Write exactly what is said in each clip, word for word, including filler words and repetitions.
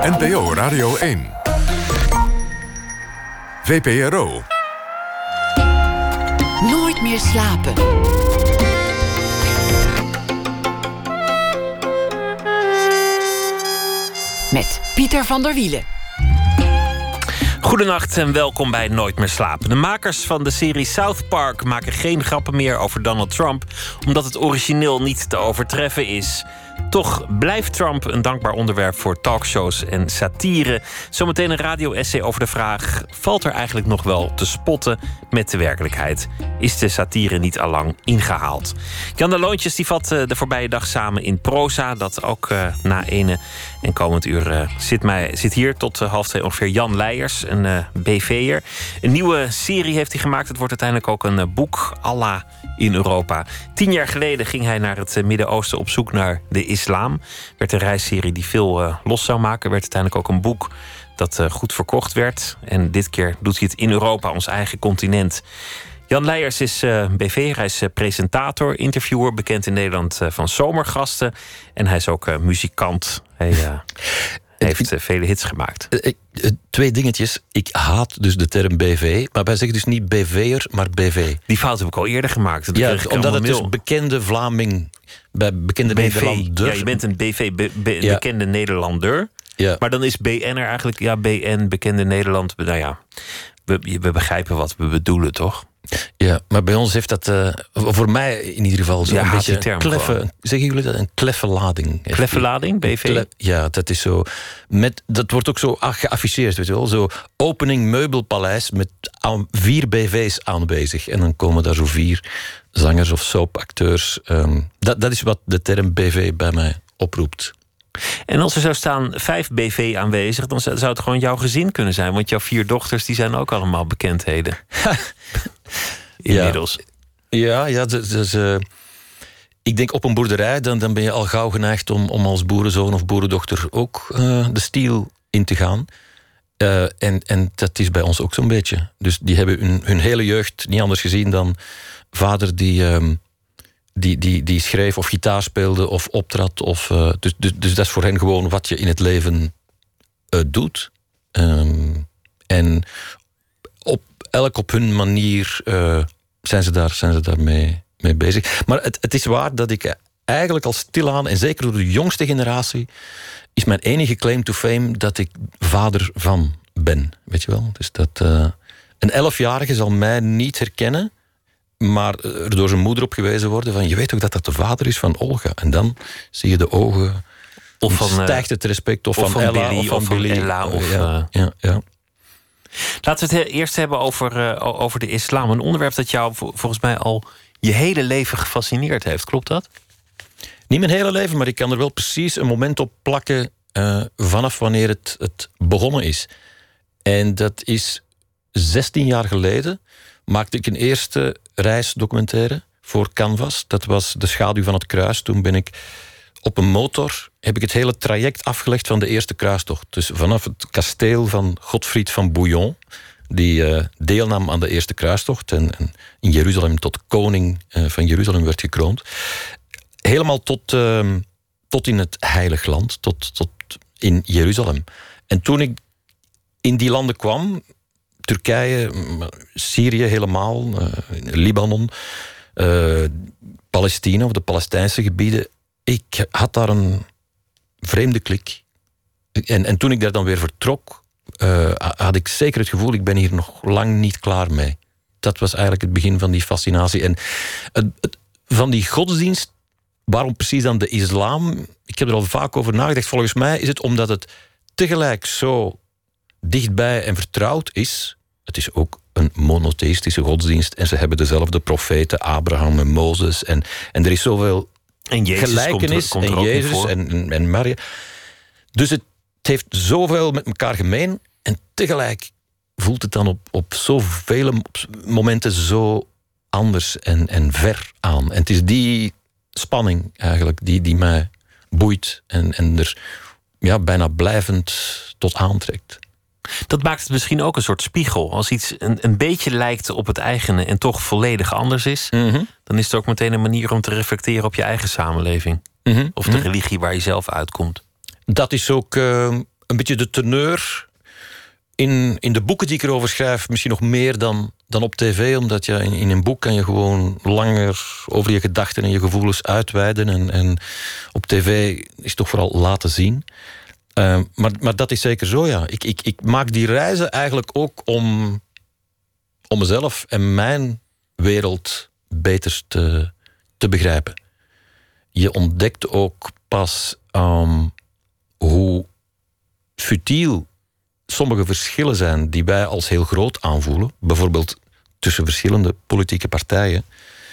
N P O Radio één. V P R O. Nooit meer slapen. Met Pieter van der Wielen. Goedenacht en welkom bij Nooit meer slapen. De makers van de serie South Park maken geen grappen meer over Donald Trump, omdat het origineel niet te overtreffen is. Toch blijft Trump een dankbaar onderwerp voor talkshows en satire. Zometeen een radio-essay over de vraag: valt er eigenlijk nog wel te spotten met de werkelijkheid? Is de satire niet allang ingehaald? Jan de Loontjes die vat de voorbije dag samen in proza. Dat ook uh, na ene en komend uur uh, zit, mij, zit hier tot uh, half twee ongeveer Jan Leijers, een uh, B V'er. Een nieuwe serie heeft hij gemaakt. Het wordt uiteindelijk ook een uh, boek, Allah in Europa. Tien jaar geleden ging hij naar het uh, Midden-Oosten op zoek naar de islam. Werd een reisserie die veel uh, los zou maken. Werd uiteindelijk ook een boek dat uh, goed verkocht werd. En dit keer doet hij het in Europa, ons eigen continent. Jan Leijers is uh, B V, hij is uh, presentator, interviewer, bekend in Nederland uh, van Zomergasten. En hij is ook uh, muzikant. Hij uh, heeft uh, vele hits gemaakt. Uh, uh, twee dingetjes. Ik haat dus de term B V, maar wij zeggen dus niet B V'er, maar B V. Die fout heb ik al eerder gemaakt. Dat ja, omdat het dus bekende Vlaming, bij bekende B V, Nederlander. Ja, je bent een B V, be, be, ja. bekende Nederlander. Ja. Maar dan is B N er eigenlijk, ja, B N, bekende Nederland. Nou ja, we, we begrijpen wat we bedoelen, toch? Ja, maar bij ons heeft dat, uh, voor mij in ieder geval, zo ja, een beetje een kleffe, zeggen jullie dat? Een kleffe lading. Kleffe lading, B V? Klef, ja, dat is zo. Met, dat wordt ook zo geafficheerd, weet je wel. Zo opening meubelpaleis met aan, vier B V's aanwezig. En dan komen daar zo vier zangers of soapacteurs. Um, dat, dat is wat de term B V bij mij oproept. En als er zou staan vijf B V aanwezig, dan zou het gewoon jouw gezin kunnen zijn. Want jouw vier dochters die zijn ook allemaal bekendheden. Inmiddels. Ja, ja, ja dus, dus, uh, ik denk op een boerderij, dan, dan ben je al gauw geneigd om, om als boerenzoon of boerendochter ook uh, de stiel in te gaan. Uh, en, en dat is bij ons ook zo'n beetje. Dus die hebben hun, hun hele jeugd niet anders gezien dan vader die... Um, Die, die, die schreef of gitaar speelde of optrad. Of, uh, dus, dus, dus dat is voor hen gewoon wat je in het leven uh, doet. Um, en op, elk op hun manier uh, zijn ze daar, zijn ze daar mee, mee bezig. Maar het, het is waar dat ik eigenlijk al stilaan, en zeker door de jongste generatie, is mijn enige claim to fame dat ik vader van ben. Weet je wel? Dus dat uh, een elfjarige zal mij niet herkennen, maar er door zijn moeder op gewezen worden van, je weet ook dat dat de vader is van Olga. En dan zie je de ogen, of van, stijgt het respect, of, of van, van Ella, Billy, of van, of van Billy. Ella. Of, ja, uh... ja, ja. Laten we het eerst hebben over, uh, over de islam. Een onderwerp dat jou volgens mij al je hele leven gefascineerd heeft. Klopt dat? Niet mijn hele leven, maar ik kan er wel precies een moment op plakken uh, vanaf wanneer het, het begonnen is. En dat is zestien jaar geleden. Maakte ik een eerste reisdocumentaire voor Canvas. Dat was De Schaduw van het Kruis. Toen ben ik op een motor, heb ik het hele traject afgelegd van de eerste kruistocht. Dus vanaf het kasteel van Godfried van Bouillon, die uh, deelnam aan de eerste kruistocht en, en in Jeruzalem tot koning uh, van Jeruzalem werd gekroond. Helemaal tot, uh, tot in het Heilig Land, tot, tot in Jeruzalem. En toen ik in die landen kwam, Turkije, Syrië helemaal, uh, Libanon, uh, Palestina of de Palestijnse gebieden. Ik had daar een vreemde klik. En, en toen ik daar dan weer vertrok, uh, had ik zeker het gevoel, ik ben hier nog lang niet klaar mee. Dat was eigenlijk het begin van die fascinatie. En het, het, van die godsdienst, waarom precies dan de islam? Ik heb er al vaak over nagedacht. Volgens mij is het omdat het tegelijk zo dichtbij en vertrouwd is. Het is ook een monotheïstische godsdienst en ze hebben dezelfde profeten, Abraham en Mozes. En, en er is zoveel en Jezus gelijkenis. Komt er, komt er en Jezus en, en, en Maria. Dus het, het heeft zoveel met elkaar gemeen. En tegelijk voelt het dan op, op zoveel momenten zo anders en, en ver aan. En het is die spanning eigenlijk die, die mij boeit en, en er ja, bijna blijvend tot aantrekt. Dat maakt het misschien ook een soort spiegel. Als iets een, een beetje lijkt op het eigene en toch volledig anders is, mm-hmm. dan is het ook meteen een manier om te reflecteren op je eigen samenleving. Mm-hmm. Of de religie waar je zelf uitkomt. Dat is ook uh, een beetje de teneur in, in de boeken die ik erover schrijf, misschien nog meer dan, dan op tv, omdat je in, in een boek kan je gewoon langer over je gedachten en je gevoelens uitweiden. En, en op tv is toch vooral laten zien. Uh, maar, maar dat is zeker zo, ja. Ik, ik, ik maak die reizen eigenlijk ook om, om mezelf en mijn wereld beter te, te begrijpen. Je ontdekt ook pas um, hoe futiel sommige verschillen zijn die wij als heel groot aanvoelen. Bijvoorbeeld tussen verschillende politieke partijen.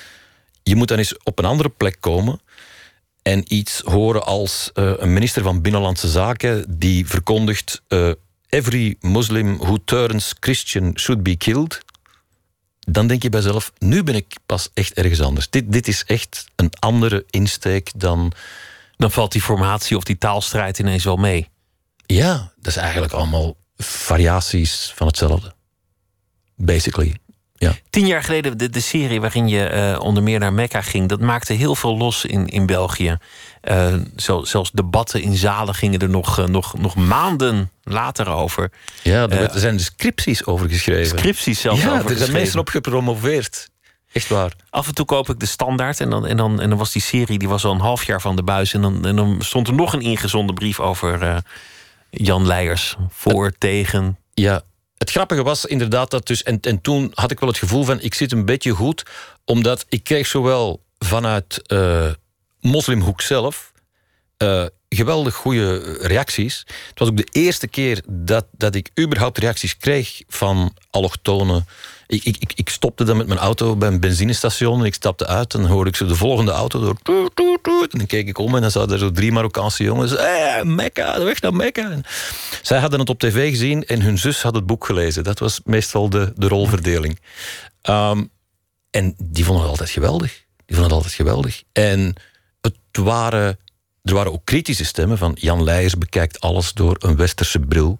Je moet dan eens op een andere plek komen en iets horen als uh, een minister van Binnenlandse Zaken die verkondigt uh, every Muslim who turns Christian should be killed. Dan denk je bij jezelf, nu ben ik pas echt ergens anders. Dit, dit is echt een andere insteek dan... Dan valt die formatie of die taalstrijd ineens wel mee. Ja, dat is eigenlijk allemaal variaties van hetzelfde. Basically, ja. Tien jaar geleden, de, de serie waarin je uh, onder meer naar Mekka ging, dat maakte heel veel los in, in België. Uh, zo, zelfs debatten in zalen gingen er nog, uh, nog, nog maanden later over. Ja, er, uh, er zijn scripties over geschreven. Scripties zelfs ja, over er zijn mensen op gepromoveerd. Echt waar. Af en toe koop ik de Standaard en dan, en dan, en dan was die serie die was al een half jaar van de buis. En dan, en dan stond er nog een ingezonden brief over uh, Jan Leijers. Voor, uh, tegen. Ja, het grappige was inderdaad dat dus... En, en toen had ik wel het gevoel van, ik zit een beetje goed, omdat ik kreeg zowel vanuit uh, moslimhoek zelf uh, geweldig goede reacties. Het was ook de eerste keer dat, dat ik überhaupt reacties kreeg van allochtonen. Ik, ik, ik stopte dan met mijn auto bij een benzinestation en ik stapte uit en dan hoorde ik zo de volgende auto door. Toet, toet, toet, en dan keek ik om en dan zaten er zo drie Marokkaanse jongens. Hey, Mekka, de weg naar Mekka. En zij hadden het op tv gezien en hun zus had het boek gelezen. Dat was meestal de, de rolverdeling. Um, en die vonden het altijd geweldig. Die vonden het altijd geweldig. En het waren, er waren ook kritische stemmen van Jan Leijers bekijkt alles door een westerse bril.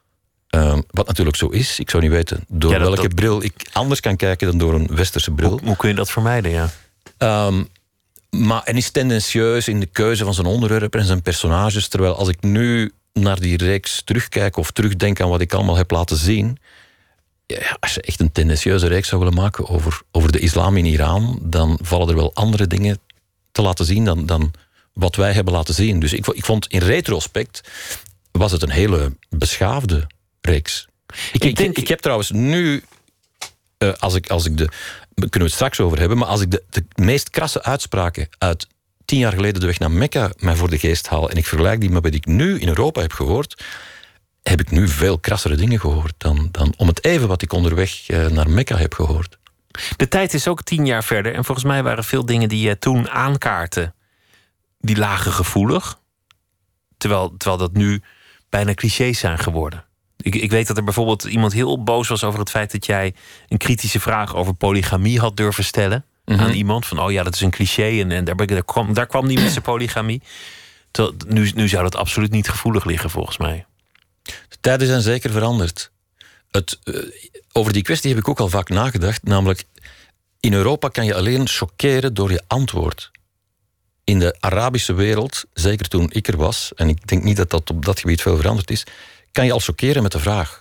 Um, wat natuurlijk zo is. Ik zou niet weten door ja, dat, welke dat... bril ik anders kan kijken dan door een westerse bril. Hoe, hoe kun je dat vermijden, ja? Um, maar en is tendentieus in de keuze van zijn onderwerpen en zijn personages. Terwijl als ik nu naar die reeks terugkijk of terugdenk aan wat ik allemaal heb laten zien. Ja, als je echt een tendentieuze reeks zou willen maken over, over de islam in Iran, dan vallen er wel andere dingen te laten zien dan, dan wat wij hebben laten zien. Dus ik, ik vond in retrospect was het een hele beschaafde reeks. Ik, ik, denk... ik, ik heb trouwens nu, uh, als ik, als ik de, daar kunnen we het straks over hebben, maar als ik de, de meest krasse uitspraken uit tien jaar geleden de weg naar Mekka mij voor de geest haal en ik vergelijk die met wat ik nu in Europa heb gehoord, heb ik nu veel krassere dingen gehoord dan, dan om het even wat ik onderweg uh, naar Mekka heb gehoord. De tijd is ook tien jaar verder en volgens mij waren veel dingen die je toen aankaartte, die lagen gevoelig, terwijl, terwijl dat nu bijna clichés zijn geworden. Ik, ik weet dat er bijvoorbeeld iemand heel boos was over het feit dat jij een kritische vraag over polygamie had durven stellen. Mm-hmm. Aan iemand van, oh ja, dat is een cliché en, en daar, daar, kwam, daar kwam die met zijn polygamie. Terwijl, nu, nu zou dat absoluut niet gevoelig liggen, volgens mij. De tijden zijn zeker veranderd. Het, uh, over die kwestie heb ik ook al vaak nagedacht. Namelijk, in Europa kan je alleen choqueren door je antwoord. In de Arabische wereld, zeker toen ik er was, en ik denk niet dat dat op dat gebied veel veranderd is, kan je al choqueren met de vraag.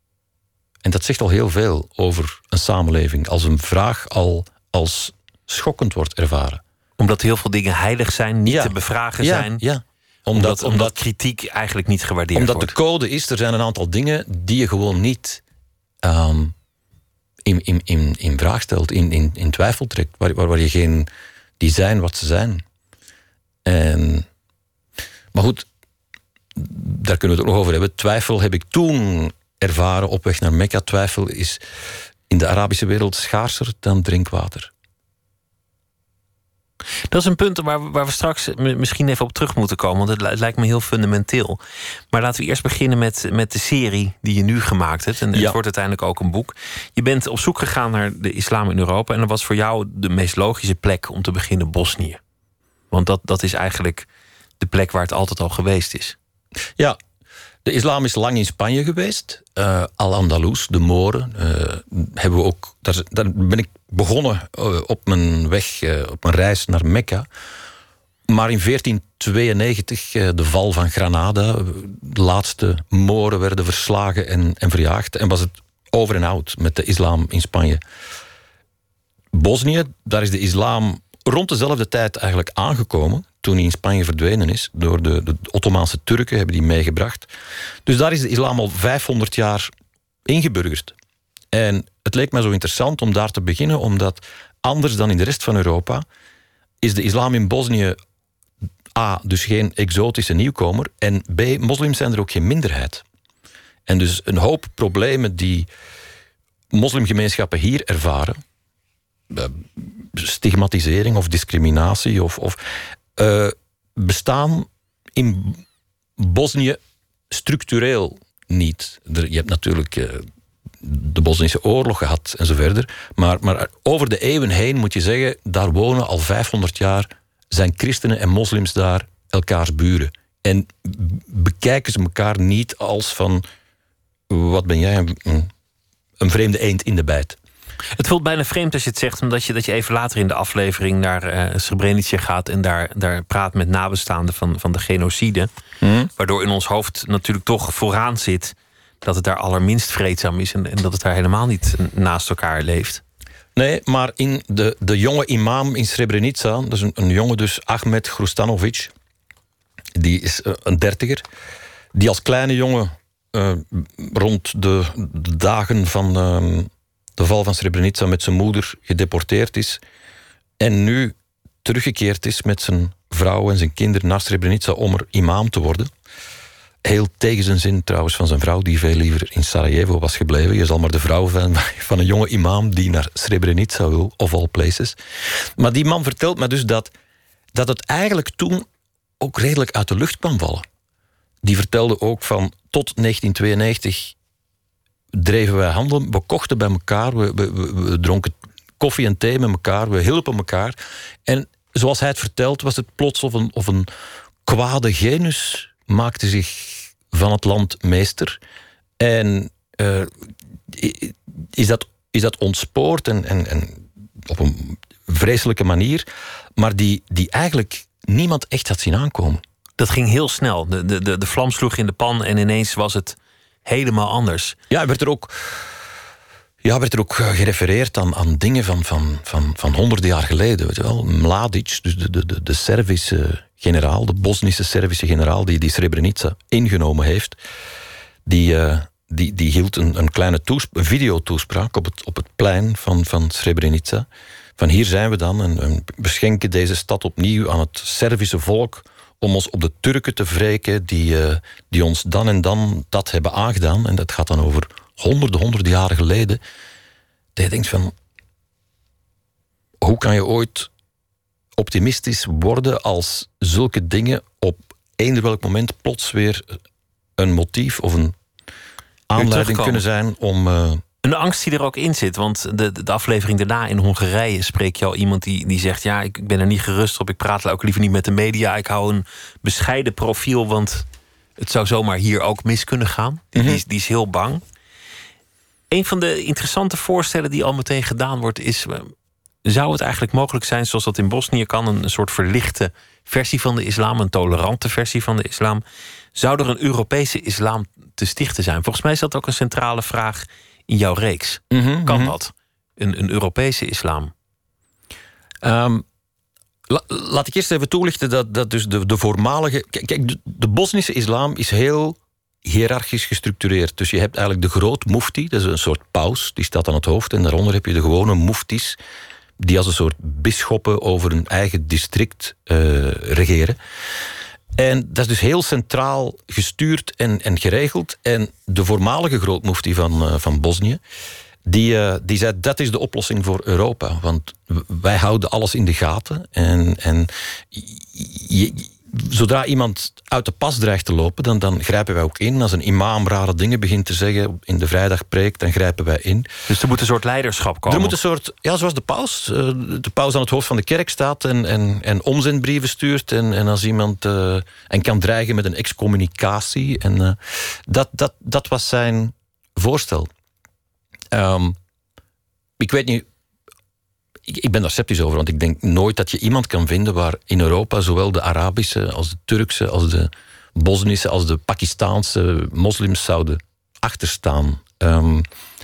En dat zegt al heel veel over een samenleving, als een vraag al als schokkend wordt ervaren. Omdat heel veel dingen heilig zijn, niet ja. te bevragen ja, zijn. Ja. Omdat, omdat, omdat kritiek eigenlijk niet gewaardeerd omdat wordt. Omdat de code is, er zijn een aantal dingen die je gewoon niet um, in, in, in, in vraag stelt, in, in, in twijfel trekt, waar, waar, waar je geen, die zijn wat ze zijn. En, maar goed, daar kunnen we het ook nog over hebben. Twijfel heb ik toen ervaren op weg naar Mekka. Twijfel is in de Arabische wereld schaarser dan drinkwater. Dat is een punt waar we, waar we straks misschien even op terug moeten komen. Want het, het lijkt me heel fundamenteel. Maar laten we eerst beginnen met, met de serie die je nu gemaakt hebt. En ja. Het wordt uiteindelijk ook een boek. Je bent op zoek gegaan naar de islam in Europa. En dat was voor jou de meest logische plek om te beginnen Bosnië. Want dat, dat is eigenlijk de plek waar het altijd al geweest is. Ja, de islam is lang in Spanje geweest. Uh, Al-Andalus, de Moren, uh, hebben we ook. Daar, daar ben ik begonnen uh, op mijn weg, uh, op mijn reis naar Mekka. Maar in veertien tweeënnegentig, de val van Granada, de laatste Moren werden verslagen en, en verjaagd. En was het over en out met de islam in Spanje. Bosnië, daar is de islam rond dezelfde tijd eigenlijk aangekomen, toen hij in Spanje verdwenen is. Door de, de Ottomaanse Turken hebben die meegebracht. Dus daar is de islam al vijfhonderd jaar ingeburgerd. En het leek mij zo interessant om daar te beginnen, omdat anders dan in de rest van Europa is de islam in Bosnië A, dus geen exotische nieuwkomer, en B, moslims zijn er ook geen minderheid. En dus een hoop problemen die moslimgemeenschappen hier ervaren, stigmatisering of discriminatie, of, of uh, bestaan in Bosnië structureel niet. Er, je hebt natuurlijk uh, de Bosnische oorlog gehad en zo verder, maar, maar over de eeuwen heen moet je zeggen, daar wonen al vijfhonderd jaar, zijn christenen en moslims daar elkaars buren. En bekijken ze elkaar niet als van, wat ben jij, een, een vreemde eend in de bijt. Het voelt bijna vreemd als je het zegt, omdat je, dat je even later in de aflevering naar uh, Srebrenica gaat en daar, daar praat met nabestaanden van, van de genocide. Mm. Waardoor in ons hoofd natuurlijk toch vooraan zit dat het daar allerminst vreedzaam is en, en dat het daar helemaal niet naast elkaar leeft. Nee, maar in de, de jonge imam in Srebrenica, dat is een, een jongen dus, Ahmed Hrustanovic, die is uh, een dertiger, die als kleine jongen uh, rond de, de dagen van uh, de val van Srebrenica met zijn moeder gedeporteerd is en nu teruggekeerd is met zijn vrouw en zijn kinderen naar Srebrenica om er imam te worden. Heel tegen zijn zin trouwens van zijn vrouw, die veel liever in Sarajevo was gebleven. Je zal maar de vrouw van, van een jonge imam die naar Srebrenica wil, of all places. Maar die man vertelt me dus dat, dat het eigenlijk toen ook redelijk uit de lucht kwam vallen. Die vertelde ook van, tot negentien tweeënnegentig dreven wij handel, we kochten bij elkaar, we, we, we, we dronken koffie en thee met elkaar, we hielpen elkaar. En zoals hij het vertelt, was het plots of een, of een kwade genus maakte zich van het land meester. En uh, is, dat, is dat ontspoord en, en, en op een vreselijke manier, maar die, die eigenlijk niemand echt had zien aankomen. Dat ging heel snel. De, de, de, de vlam sloeg in de pan en ineens was het helemaal anders. Ja, werd er ook, ja, werd er ook gerefereerd aan, aan dingen van, van, van, van honderden jaar geleden. Weet je wel? Mladic, dus de, de, de, de Servische generaal, de Bosnische Servische generaal die, die Srebrenica ingenomen heeft, die, uh, die, die hield een, een kleine toesp- een videotoespraak op het, op het plein van, van Srebrenica. Van hier zijn we dan en, en we schenken deze stad opnieuw aan het Servische volk om ons op de Turken te wreken die, uh, die ons dan en dan dat hebben aangedaan. En dat gaat dan over honderden, honderden jaren geleden. Dat je denkt van, hoe kan je ooit optimistisch worden als zulke dingen op eender welk moment plots weer een motief of een aanleiding kunnen zijn om... Uh... Een angst die er ook in zit, want de, de aflevering daarna in Hongarije spreek je al iemand die, die zegt, ja, ik ben er niet gerust op, ik praat ook liever niet met de media, ik hou een bescheiden profiel, want het zou zomaar hier ook mis kunnen gaan. Mm-hmm. Die, is, die is heel bang. Een van de interessante voorstellen die al meteen gedaan wordt is, zou het eigenlijk mogelijk zijn, zoals dat in Bosnië kan, een soort verlichte versie van de islam, een tolerante versie van de islam? Zou er een Europese islam te stichten zijn? Volgens mij is dat ook een centrale vraag in jouw reeks. Mm-hmm, kan mm-hmm. dat? Een, een Europese islam? Um, la, laat ik eerst even toelichten dat, dat dus de, de voormalige... Kijk, de, de Bosnische islam is heel hiërarchisch gestructureerd. Dus je hebt eigenlijk de groot mufti, dat is een soort paus, die staat aan het hoofd, en daaronder heb je de gewone muftis, die als een soort bisschoppen over een eigen district uh, regeren. En dat is dus heel centraal gestuurd en, en geregeld. En de voormalige grootmufti van, uh, van Bosnië, die, uh, die zei, dat is de oplossing voor Europa. Want wij houden alles in de gaten. En, en je, zodra iemand uit de pas dreigt te lopen, dan, dan grijpen wij ook in. Als een imam rare dingen begint te zeggen in de vrijdagpreek, dan grijpen wij in. Dus er moet een soort leiderschap komen? Er moet een soort, ja, zoals de paus. De paus aan het hoofd van de kerk staat en, en, en omzendbrieven stuurt. En, en als iemand uh, en kan dreigen met een excommunicatie. En uh, dat, dat, dat was zijn voorstel. Um, ik weet niet... ik, ik ben daar sceptisch over, want ik denk nooit dat je iemand kan vinden waar in Europa zowel de Arabische als de Turkse, als de Bosnische, als de Pakistaanse moslims zouden achterstaan. Um,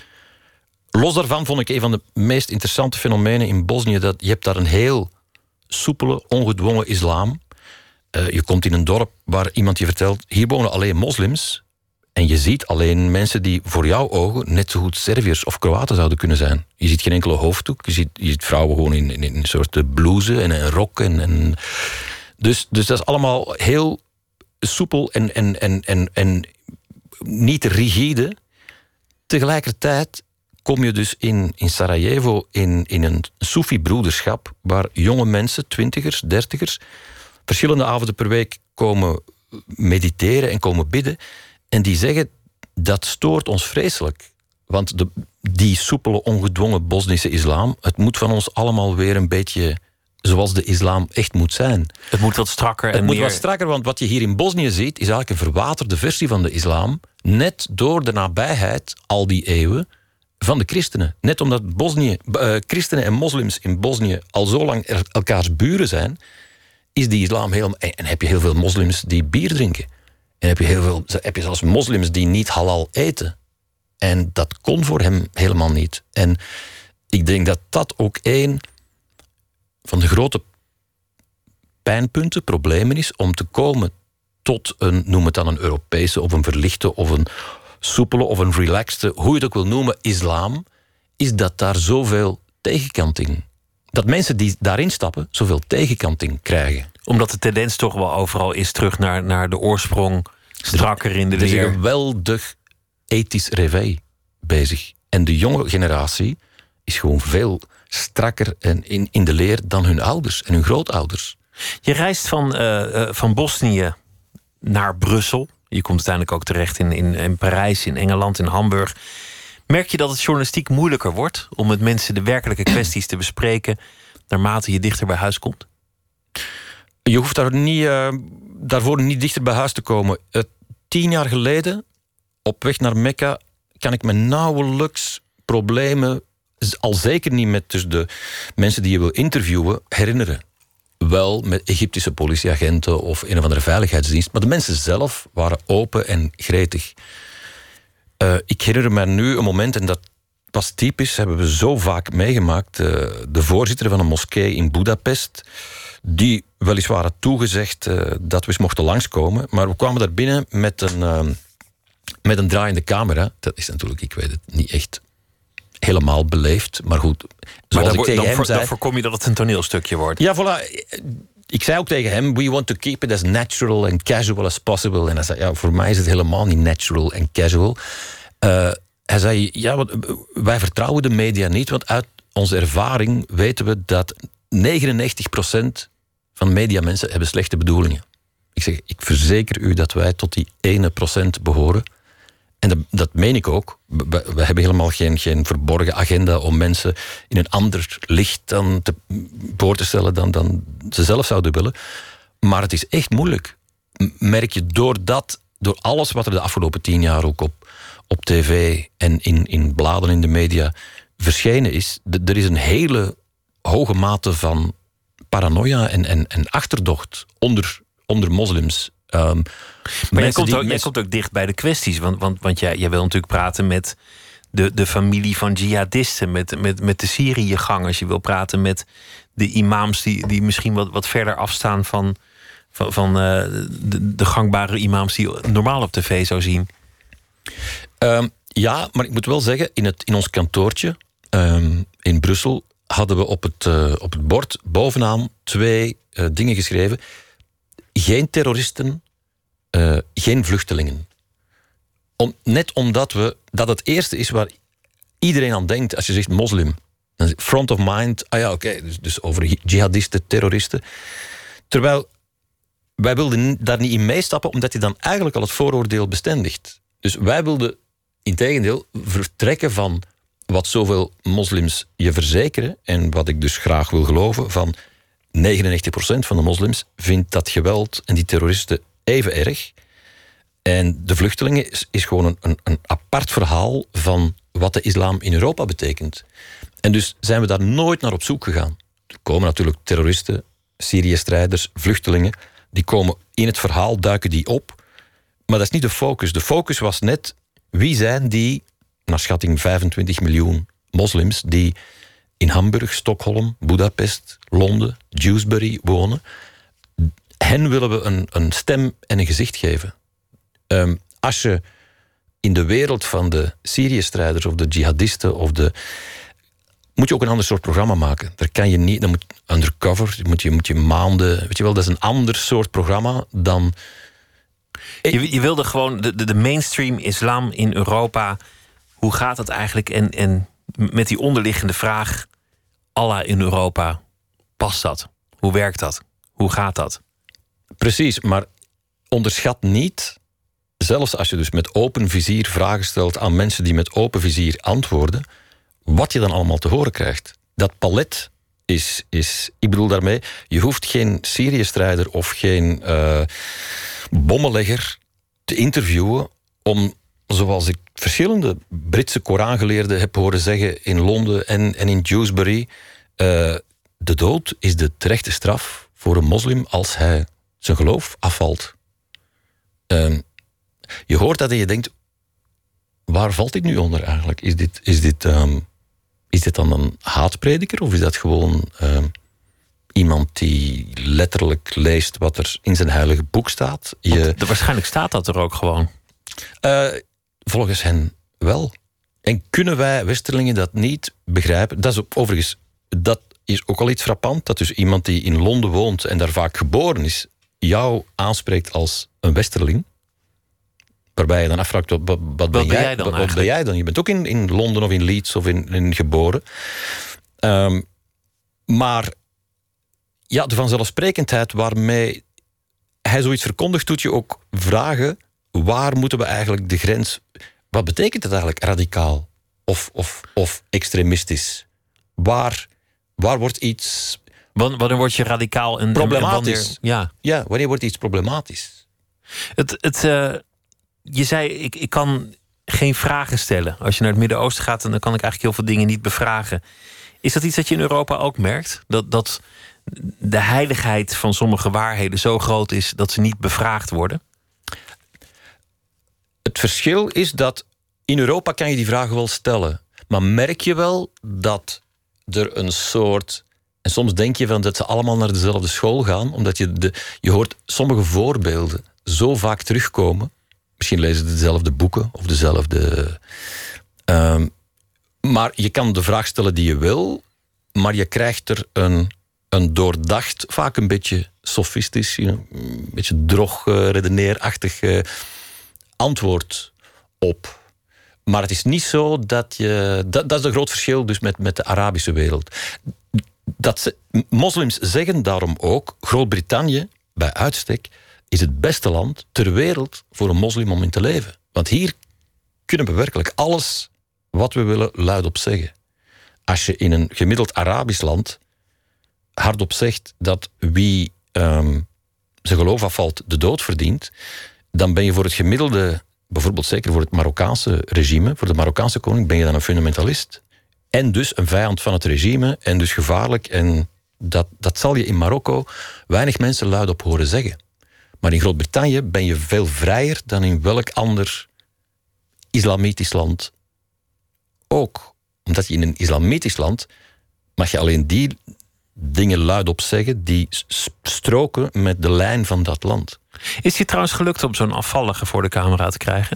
los daarvan vond ik een van de meest interessante fenomenen in Bosnië dat je hebt daar een heel soepele, ongedwongen islam. Uh, je komt in een dorp waar iemand je vertelt, hier wonen alleen moslims. En je ziet alleen mensen die voor jouw ogen net zo goed Serviërs of Kroaten zouden kunnen zijn. Je ziet geen enkele hoofddoek. Je ziet, je ziet vrouwen gewoon in, in, in een soort blouse en een rok. En, en dus, dus dat is allemaal heel soepel en, en, en, en, en niet rigide. Tegelijkertijd kom je dus in, in Sarajevo in, in een Soefi-broederschap waar jonge mensen, twintigers, dertigers, verschillende avonden per week komen mediteren en komen bidden. En die zeggen, dat stoort ons vreselijk. Want de, die soepele, ongedwongen Bosnische islam, het moet van ons allemaal weer een beetje zoals de islam echt moet zijn. Het moet wat strakker en Het moet meer... wat strakker, want wat je hier in Bosnië ziet, is eigenlijk een verwaterde versie van de islam, net door de nabijheid, al die eeuwen, van de christenen. Net omdat Bosnië, uh, christenen en moslims in Bosnië al zo lang er, elkaars buren zijn, is die islam helemaal... En, en heb je heel veel moslims die bier drinken. En heb je, heel veel, heb je zelfs moslims die niet halal eten. En dat kon voor hem helemaal niet. En ik denk dat dat ook een van de grote pijnpunten, problemen is, om te komen tot een, noem het dan een Europese of een verlichte of een soepele of een relaxte, hoe je het ook wil noemen, islam, is dat daar zoveel tegenkanting, dat mensen die daarin stappen zoveel tegenkanting krijgen. Omdat de tendens toch wel overal is terug naar, naar de oorsprong, strakker in de leer. Er is een geweldig ethisch réveil bezig. En de jonge generatie is gewoon veel strakker en in, in de leer dan hun ouders en hun grootouders. Je reist van, uh, uh, van Bosnië naar Brussel. Je komt uiteindelijk ook terecht in, in, in Parijs, in Engeland, in Hamburg. Merk je dat het journalistiek moeilijker wordt om met mensen de werkelijke kwesties te bespreken naarmate je dichter bij huis komt? Je hoeft daar niet, uh, daarvoor niet dichter bij huis te komen. Uh, tien jaar geleden, op weg naar Mekka, kan ik me nauwelijks problemen, al zeker niet met dus de mensen die je wil interviewen, herinneren. Wel met Egyptische politieagenten of een of andere veiligheidsdienst, maar de mensen zelf waren open en gretig. Uh, ik herinner me nu een moment, en dat was typisch, hebben we zo vaak meegemaakt. Uh, de voorzitter van een moskee in Budapest, die weliswaar had toegezegd uh, dat we eens mochten langskomen, maar we kwamen daar binnen met een, uh, met een draaiende camera. Dat is natuurlijk, ik weet het, niet echt helemaal beleefd, maar goed. Maar dan, ik tegen dan, hem voor, zei, dan voorkom je dat het een toneelstukje wordt. Ja, voilà. Ik zei ook tegen hem, we want to keep it as natural and casual as possible. En hij zei, ja, voor mij is het helemaal niet natural en casual. Uh, hij zei, ja, want wij vertrouwen de media niet, want uit onze ervaring weten we dat negenennegentig procent van mediamensen hebben slechte bedoelingen. Ik zeg, ik verzeker u dat wij tot die ene procent behoren. En dat, dat meen ik ook. We, we hebben helemaal geen, geen verborgen agenda om mensen in een ander licht dan te, voor te stellen dan, dan ze zelf zouden willen. Maar het is echt moeilijk. Merk je door dat, door alles wat er de afgelopen tien jaar ook op, op tv en in, in bladen in de media verschenen is, d- er is een hele hoge mate van paranoia en, en, en achterdocht onder, onder moslims. Um, maar jij komt, die, ook, jij komt ook dicht bij de kwesties. Want, want, want jij, jij wil natuurlijk praten met de, de familie van jihadisten, met, met, met de Syriëgangers. Je wil praten met de imams die, die misschien wat, wat verder afstaan van, van, van uh, de, de gangbare imams die je normaal op tv zou zien. Um, ja, maar ik moet wel zeggen, in, het, in ons kantoortje um, in Brussel hadden we op het, uh, op het bord bovenaan twee uh, dingen geschreven. Geen terroristen, uh, geen vluchtelingen. Om, net omdat we, dat het eerste is waar iedereen aan denkt als je zegt moslim. Front of mind, ah ja, oké, okay, dus, dus over jihadisten, terroristen. Terwijl wij wilden daar niet in meestappen, omdat hij dan eigenlijk al het vooroordeel bestendigt. Dus wij wilden, integendeel, vertrekken van wat zoveel moslims je verzekeren, en wat ik dus graag wil geloven, van negenennegentig procent van de moslims vindt dat geweld en die terroristen even erg. En de vluchtelingen is, is gewoon een, een, een apart verhaal van wat de islam in Europa betekent. En dus zijn we daar nooit naar op zoek gegaan. Er komen natuurlijk terroristen, Syrië-strijders, vluchtelingen. Die komen in het verhaal, duiken die op. Maar dat is niet de focus. De focus was net, wie zijn die, naar schatting vijfentwintig miljoen moslims, die in Hamburg, Stockholm, Budapest, Londen, Dewsbury wonen. Hen willen we een, een stem en een gezicht geven. Um, als je in de wereld van de Syrië-strijders of de jihadisten of de... moet je ook een ander soort programma maken. Daar kan je niet... Dan moet undercover, moet je, moet je maanden... Weet je wel, dat is een ander soort programma dan... Je, je wilde gewoon de, de, de mainstream islam in Europa... Hoe gaat dat eigenlijk? En, en met die onderliggende vraag... Allah in Europa, past dat? Hoe werkt dat? Hoe gaat dat? Precies, maar onderschat niet... zelfs als je dus met open vizier vragen stelt... aan mensen die met open vizier antwoorden... wat je dan allemaal te horen krijgt. Dat palet is... is ik bedoel daarmee, je hoeft geen Syrië-strijder... of geen uh, bommenlegger te interviewen... om, zoals ik verschillende Britse Korangeleerden heb horen zeggen... in Londen en, en in Dewsbury... Uh, de dood is de terechte straf voor een moslim... als hij zijn geloof afvalt. Uh, je hoort dat en je denkt... waar valt dit nu onder eigenlijk? Is dit, is dit, um, is dit dan een haatprediker? Of is dat gewoon um, iemand die letterlijk leest... wat er in zijn heilige boek staat? Je, de, waarschijnlijk staat dat er ook gewoon. Uh, volgens hen wel. En kunnen wij Westerlingen dat niet begrijpen? Dat is overigens... dat is ook al iets frappant. Dat dus iemand die in Londen woont en daar vaak geboren is... jou aanspreekt als een Westerling... waarbij je dan afvraagt, wat, wat, wat, ben, jij, jij dan wat, wat ben jij dan? Je bent ook in, in Londen of in Leeds of in, in geboren. Um, maar ja, de vanzelfsprekendheid waarmee hij zoiets verkondigt... doet je ook vragen, waar moeten we eigenlijk de grens... Wat betekent het eigenlijk radicaal of, of, of extremistisch? Waar, waar wordt iets... Wanneer word je radicaal en problematisch? En wanneer, ja. ja, wanneer wordt iets problematisch? Het... het uh... Je zei, ik, ik kan geen vragen stellen. Als je naar het Midden-Oosten gaat, dan kan ik eigenlijk heel veel dingen niet bevragen. Is dat iets dat je in Europa ook merkt? Dat, dat de heiligheid van sommige waarheden zo groot is dat ze niet bevraagd worden? Het verschil is dat in Europa kan je die vragen wel stellen. Maar merk je wel dat er een soort... En soms denk je van dat ze allemaal naar dezelfde school gaan. Omdat je, de, je hoort sommige voorbeelden zo vaak terugkomen. Misschien lezen ze dezelfde boeken of dezelfde... Um, maar je kan de vraag stellen die je wil... maar je krijgt er een, een doordacht, vaak een beetje sofistisch... You know, een beetje drog, uh, redeneerachtig uh, antwoord op. Maar het is niet zo dat je... Dat, dat is een groot verschil dus met, met de Arabische wereld. Dat ze, moslims zeggen daarom ook... Groot-Brittannië, bij uitstek... is het beste land ter wereld voor een moslim om in te leven. Want hier kunnen we werkelijk alles wat we willen luidop zeggen. Als je in een gemiddeld Arabisch land hardop zegt dat wie um, zijn geloof afvalt de dood verdient, dan ben je voor het gemiddelde, bijvoorbeeld zeker voor het Marokkaanse regime, voor de Marokkaanse koning, ben je dan een fundamentalist. En dus een vijand van het regime en dus gevaarlijk. En dat, dat zal je in Marokko weinig mensen luidop horen zeggen. Maar in Groot-Brittannië ben je veel vrijer dan in welk ander islamitisch land ook. Omdat je in een islamitisch land mag je alleen die dingen luidop zeggen die stroken met de lijn van dat land. Is het trouwens gelukt om zo'n afvallige voor de camera te krijgen?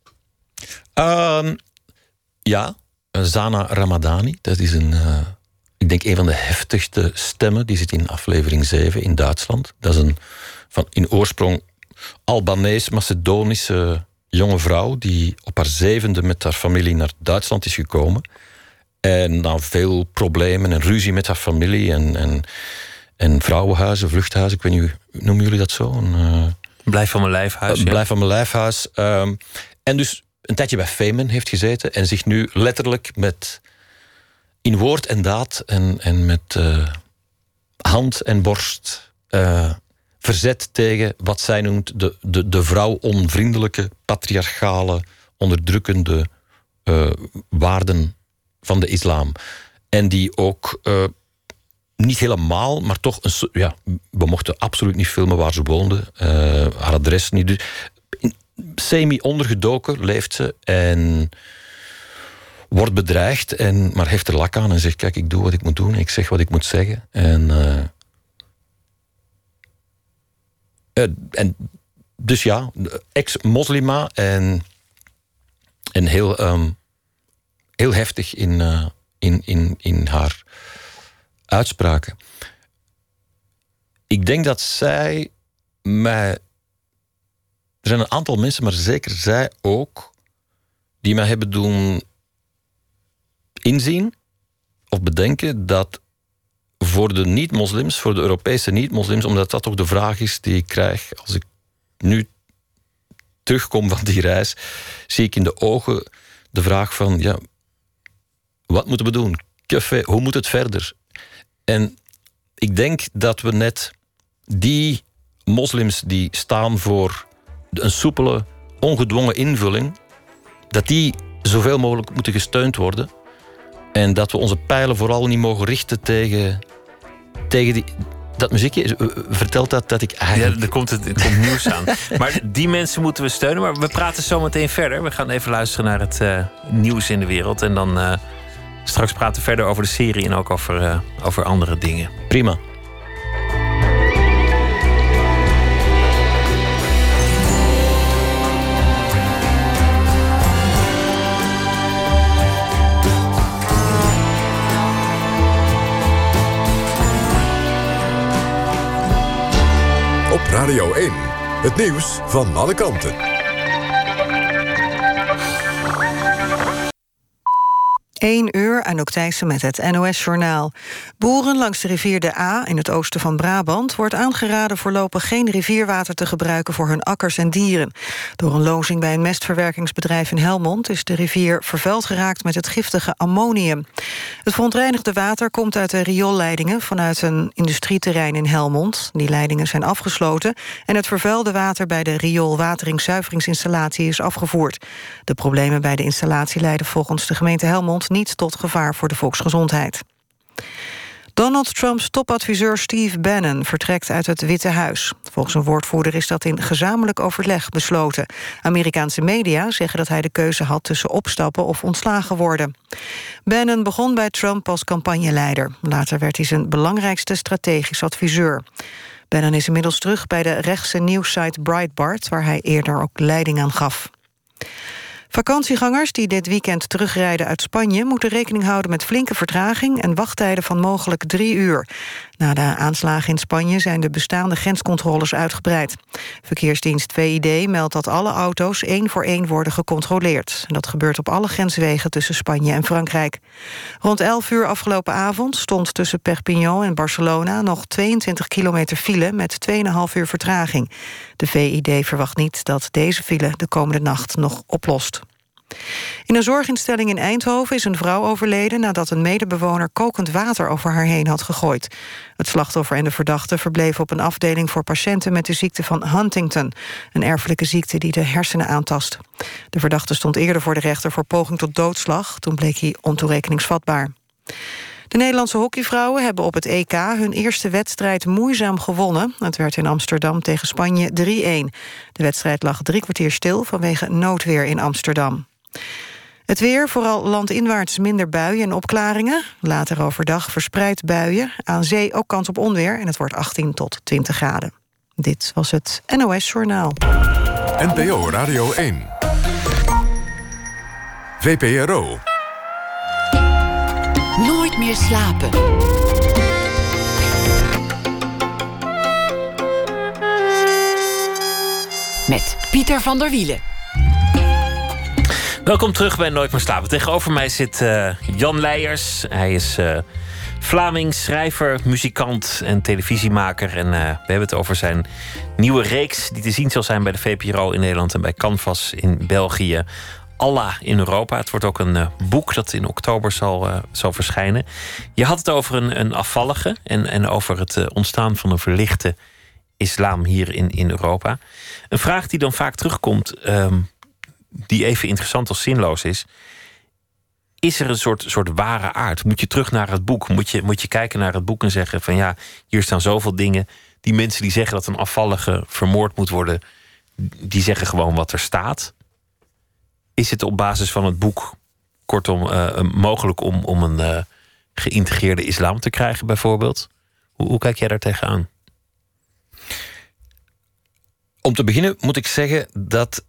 Uh, ja, Zana Ramadani. Dat is een, uh, ik denk een van de heftigste stemmen. Die zit in aflevering zeven in Duitsland. Dat is een van in oorsprong Albanees-Macedonische jonge vrouw die op haar zevende met haar familie naar Duitsland is gekomen. En na veel problemen en ruzie met haar familie en, en, en vrouwenhuizen, vluchthuizen, ik weet niet, noemen jullie dat zo? Een, uh, blijf van mijn lijfhuis. Uh, ja. Blijf van mijn lijfhuis. Um, en dus een tijdje bij Femen heeft gezeten en zich nu letterlijk met in woord en daad en, en met uh, hand en borst uh, verzet tegen wat zij noemt de, de, de vrouw-onvriendelijke, patriarchale, onderdrukkende uh, waarden van de islam. En die ook uh, niet helemaal, maar toch... Een, ja, we mochten absoluut niet filmen waar ze woonde. Uh, haar adres niet. Dus semi-ondergedoken leeft ze en wordt bedreigd, en, maar heeft er lak aan en zegt, kijk, ik doe wat ik moet doen, ik zeg wat ik moet zeggen. En, uh, uh, en dus ja, ex-moslima en, en heel, um, heel heftig in, uh, in, in, in haar uitspraken. Ik denk dat zij mij... Er zijn een aantal mensen, maar zeker zij ook, die mij hebben doen inzien of bedenken dat voor de niet-moslims, voor de Europese niet-moslims, omdat dat toch de vraag is die ik krijg als ik nu terugkom van die reis, zie ik in de ogen de vraag van, ja, wat moeten we doen? Café, hoe moet het verder? En ik denk dat we net die moslims die staan voor een soepele, ongedwongen invulling, dat die zoveel mogelijk moeten gesteund worden. En dat we onze pijlen vooral niet mogen richten tegen, tegen die... Dat muziekje vertelt dat, dat ik eigenlijk... Ja, er komt, het, er komt nieuws aan. Maar die mensen moeten we steunen. Maar we praten zo meteen verder. We gaan even luisteren naar het uh, nieuws in de wereld. En dan uh, straks praten we verder over de serie en ook over, uh, over andere dingen. Prima. Op Radio één, het nieuws van alle kanten. één uur, Anouk Thijssen met het N O S-journaal. Boeren langs de rivier de A in het oosten van Brabant wordt aangeraden voorlopig geen rivierwater te gebruiken voor hun akkers en dieren. Door een lozing bij een mestverwerkingsbedrijf in Helmond is de rivier vervuild geraakt met het giftige ammonium. Het verontreinigde water komt uit de rioolleidingen vanuit een industrieterrein in Helmond. Die leidingen zijn afgesloten en het vervuilde water bij de rioolwateringszuiveringsinstallatie is afgevoerd. De problemen bij de installatie leiden volgens de gemeente Helmond niet tot gevaar voor de volksgezondheid. Donald Trumps topadviseur Steve Bannon vertrekt uit het Witte Huis. Volgens een woordvoerder is dat in gezamenlijk overleg besloten. Amerikaanse media zeggen dat hij de keuze had tussen opstappen of ontslagen worden. Bannon begon bij Trump als campagneleider. Later werd hij zijn belangrijkste strategisch adviseur. Bannon is inmiddels terug bij de rechtse nieuwssite Breitbart, waar hij eerder ook leiding aan gaf. Vakantiegangers die dit weekend terugrijden uit Spanje moeten rekening houden met flinke vertraging en wachttijden van mogelijk drie uur. Na de aanslagen in Spanje zijn de bestaande grenscontroles uitgebreid. Verkeersdienst V I D meldt dat alle auto's één voor één worden gecontroleerd. En dat gebeurt op alle grenswegen tussen Spanje en Frankrijk. Rond elf uur afgelopen avond stond tussen Perpignan en Barcelona nog tweeëntwintig kilometer file met tweeënhalf uur vertraging. De V I D verwacht niet dat deze file de komende nacht nog oplost. In een zorginstelling in Eindhoven is een vrouw overleden nadat een medebewoner kokend water over haar heen had gegooid. Het slachtoffer en de verdachte verbleven op een afdeling voor patiënten met de ziekte van Huntington, een erfelijke ziekte die de hersenen aantast. De verdachte stond eerder voor de rechter voor poging tot doodslag, toen bleek hij ontoerekeningsvatbaar. De Nederlandse hockeyvrouwen hebben op het E K hun eerste wedstrijd moeizaam gewonnen. Het werd in Amsterdam tegen Spanje drie-een. De wedstrijd lag drie kwartier stil vanwege noodweer in Amsterdam. Het weer, vooral landinwaarts minder buien en opklaringen. Later overdag verspreid buien. Aan zee ook kans op onweer en het wordt achttien tot twintig graden. Dit was het N O S-journaal. N P O Radio één. V P R O. Nooit meer slapen. Met Pieter van der Wielen. Welkom terug bij Nooit meer slapen. Tegenover mij zit uh, Jan Leijers. Hij is uh, Vlaming, schrijver, muzikant en televisiemaker. En uh, we hebben het over zijn nieuwe reeks die te zien zal zijn bij de V P R O in Nederland en bij Canvas in België. Allah in Europa. Het wordt ook een uh, boek dat in oktober zal, uh, zal verschijnen. Je had het over een, een afvallige en, en over het uh, ontstaan van een verlichte islam hier in, in Europa. Een vraag die dan vaak terugkomt, um, die even interessant als zinloos is. is er een soort, soort ware aard? Moet je terug naar het boek? Moet je, moet je kijken naar het boek en zeggen van ja, hier staan zoveel dingen. Die mensen die zeggen dat een afvallige vermoord moet worden, die zeggen gewoon wat er staat. Is het op basis van het boek kortom uh, mogelijk om, om een uh, geïntegreerde islam te krijgen bijvoorbeeld? Hoe, hoe kijk jij daar tegenaan? Om te beginnen moet ik zeggen dat,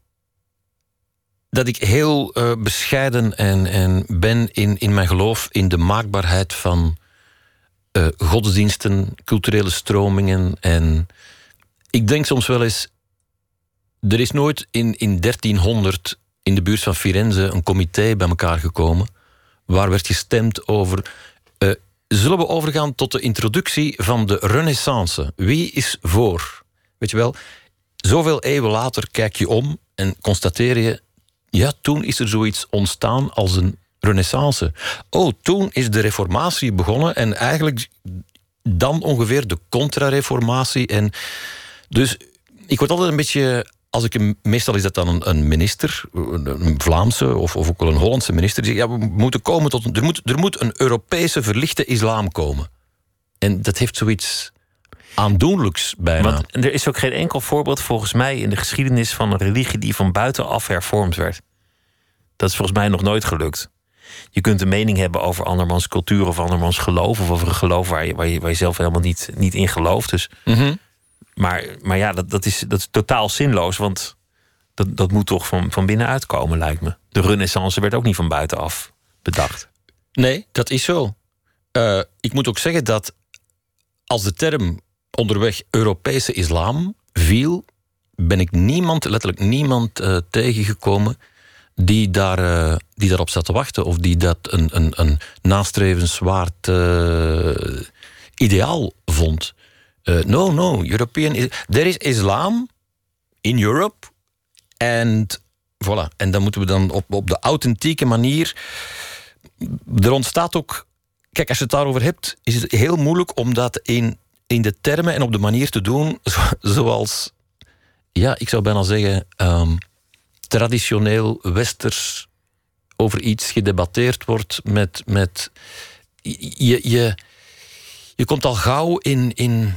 dat ik heel uh, bescheiden en, en ben in, in mijn geloof in de maakbaarheid van uh, godsdiensten, culturele stromingen. En ik denk soms wel eens, er is nooit in, in dertienhonderd in de buurt van Firenze een comité bij elkaar gekomen waar werd gestemd over, uh, zullen we overgaan tot de introductie van de Renaissance? Wie is voor? Weet je wel, zoveel eeuwen later kijk je om en constateer je, ja, toen is er zoiets ontstaan als een Renaissance. Oh, toen is de Reformatie begonnen en eigenlijk dan ongeveer de Contra-Reformatie. En dus ik word altijd een beetje, als ik een, meestal is dat dan een, een minister, een Vlaamse of, of ook wel een Hollandse minister, die zegt, ja, we moeten komen tot, er moet, er moet een Europese verlichte islam komen. En dat heeft zoiets aandoenlijks bijna. Want er is ook geen enkel voorbeeld volgens mij in de geschiedenis van een religie die van buitenaf hervormd werd. Dat is volgens mij nog nooit gelukt. Je kunt een mening hebben over andermans cultuur of andermans geloof, of over een geloof waar je, waar je, waar je zelf helemaal niet, niet in gelooft. Dus, mm-hmm. maar, maar ja, dat, dat, is, dat is totaal zinloos, want dat, dat moet toch van, van binnenuit komen, lijkt me. De Renaissance werd ook niet van buitenaf bedacht. Nee, dat is zo. Uh, ik moet ook zeggen dat als de term onderweg Europese islam viel, ben ik niemand, letterlijk niemand uh, tegengekomen die, daar, uh, die daarop zat te wachten of die dat een, een, een nastrevenswaard uh, ideaal vond. Uh, no, no, European. There is islam in Europe en voilà. En dan moeten we dan op, op de authentieke manier. Er ontstaat ook. Kijk, als je het daarover hebt, is het heel moeilijk om dat in, in de termen en op de manier te doen zoals, ja, ik zou bijna zeggen, um, traditioneel westers over iets gedebatteerd wordt met, met je, je, je komt al gauw in, in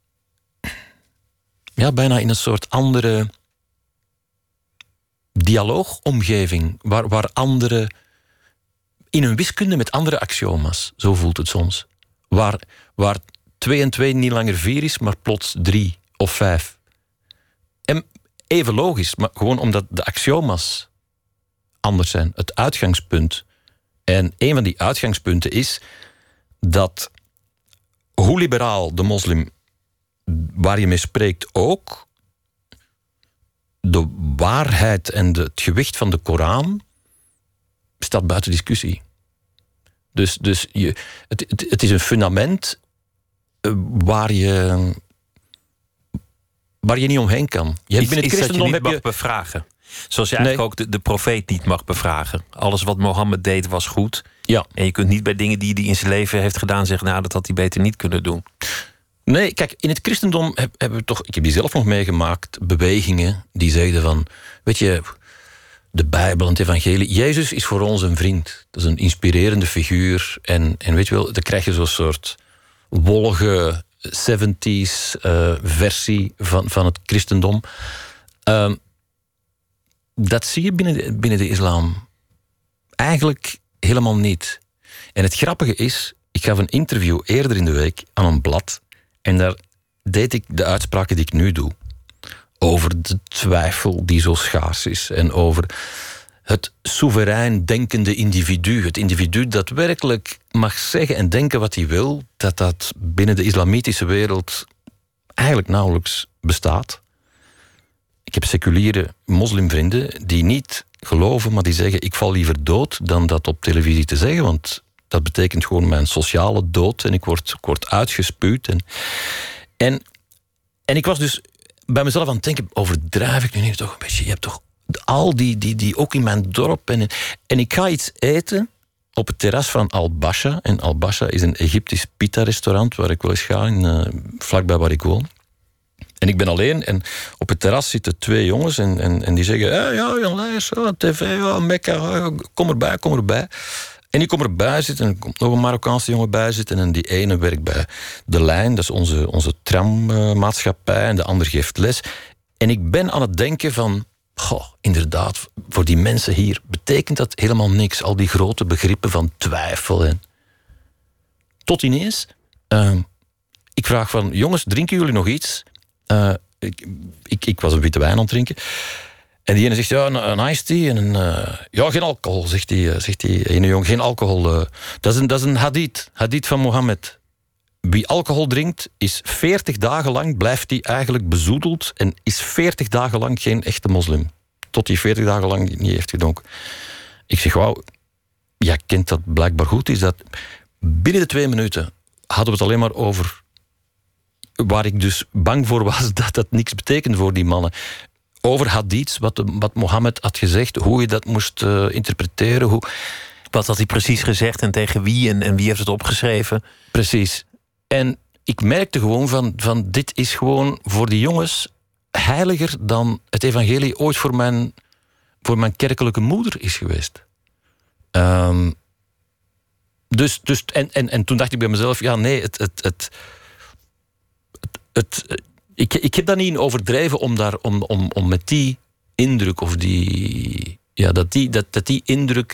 ja, bijna in een soort andere dialoogomgeving, waar, waar andere in een wiskunde met andere axioma's, zo voelt het soms. Waar, waar twee en twee niet langer vier is, maar plots drie of vijf. En even logisch, maar gewoon omdat de axioma's anders zijn. Het uitgangspunt. En een van die uitgangspunten is dat hoe liberaal de moslim waar je mee spreekt ook, de waarheid en de, het gewicht van de Koran staat buiten discussie. Dus, dus je, het, het, het is een fundament uh, waar je waar je niet omheen kan. Je hebt binnen het christendom je heb mag je bevragen. Zoals je eigenlijk nee. ook de, de profeet niet mag bevragen. Alles wat Mohammed deed was goed. Ja. En je kunt niet bij dingen die hij in zijn leven heeft gedaan zeggen, nou, dat had hij beter niet kunnen doen. Nee, kijk, in het christendom heb, hebben we toch, ik heb die zelf nog meegemaakt, bewegingen die zeiden van, weet je, de Bijbel en het evangelie, Jezus is voor ons een vriend. Dat is een inspirerende figuur. En, en weet je wel, dan krijg je zo'n soort wollige zeventies uh, versie van, van het christendom. Uh, dat zie je binnen de, binnen de islam eigenlijk helemaal niet. En het grappige is, ik gaf een interview eerder in de week aan een blad en daar deed ik de uitspraken die ik nu doe. Over de twijfel die zo schaars is. En over het soeverein denkende individu. Het individu dat werkelijk mag zeggen en denken wat hij wil. Dat dat binnen de islamitische wereld eigenlijk nauwelijks bestaat. Ik heb seculiere moslimvrienden die niet geloven, maar die zeggen, ik val liever dood dan dat op televisie te zeggen. Want dat betekent gewoon mijn sociale dood. En ik word, ik word uitgespuwd. En, en, en ik was dus bij mezelf aan het denken, overdrijf ik nu niet toch een beetje? Je hebt toch al die, die, die ook in mijn dorp. En, en ik ga iets eten op het terras van Al-Basha. En Al-Basha is een Egyptisch pita-restaurant waar ik wel eens ga, in, uh, vlakbij waar ik woon. En ik ben alleen en op het terras zitten twee jongens en, en, en die zeggen, ja, ja, Jan Leijers, ja, tv, ja, Mekka, ja, kom erbij, kom erbij. En ik kom erbij zitten en er komt nog een Marokkaanse jongen bij zitten. En die ene werkt bij De Lijn, dat is onze, onze trammaatschappij. En de ander geeft les. En ik ben aan het denken van... Goh, inderdaad, voor die mensen hier betekent dat helemaal niks. Al die grote begrippen van twijfel. En... Tot ineens... Uh, ik vraag van, jongens, drinken jullie nog iets? Uh, ik, ik, ik was een witte wijn aan het drinken. En die ene zegt, ja, een, een iced tea en een... Uh, ja, geen alcohol, zegt die, uh, zegt die ene jongen. Geen alcohol. Uh, dat, is een, dat is een hadith. Hadith van Mohammed. Wie alcohol drinkt, is veertig dagen lang... blijft hij eigenlijk bezoedeld... en is veertig dagen lang geen echte moslim. Tot hij veertig dagen lang niet heeft gedronken. Ik zeg, wauw, jij kent dat blijkbaar goed. Is dat binnen de twee minuten hadden we het alleen maar over... waar ik dus bang voor was dat dat niks betekende voor die mannen... over hadiths, wat, wat Mohammed had gezegd... hoe je dat moest uh, interpreteren. Hoe... Wat had hij precies gezegd en tegen wie en, en wie heeft het opgeschreven? Precies. En ik merkte gewoon van, van... dit is gewoon voor die jongens heiliger dan het evangelie... ooit voor mijn, voor mijn kerkelijke moeder is geweest. Um, dus, dus, en, en, en toen dacht ik bij mezelf... ja, nee, het... het, het, het, het Ik, ik heb dat niet in overdreven om, daar, om, om, om met die indruk of die... Ja, dat die, dat, dat die indruk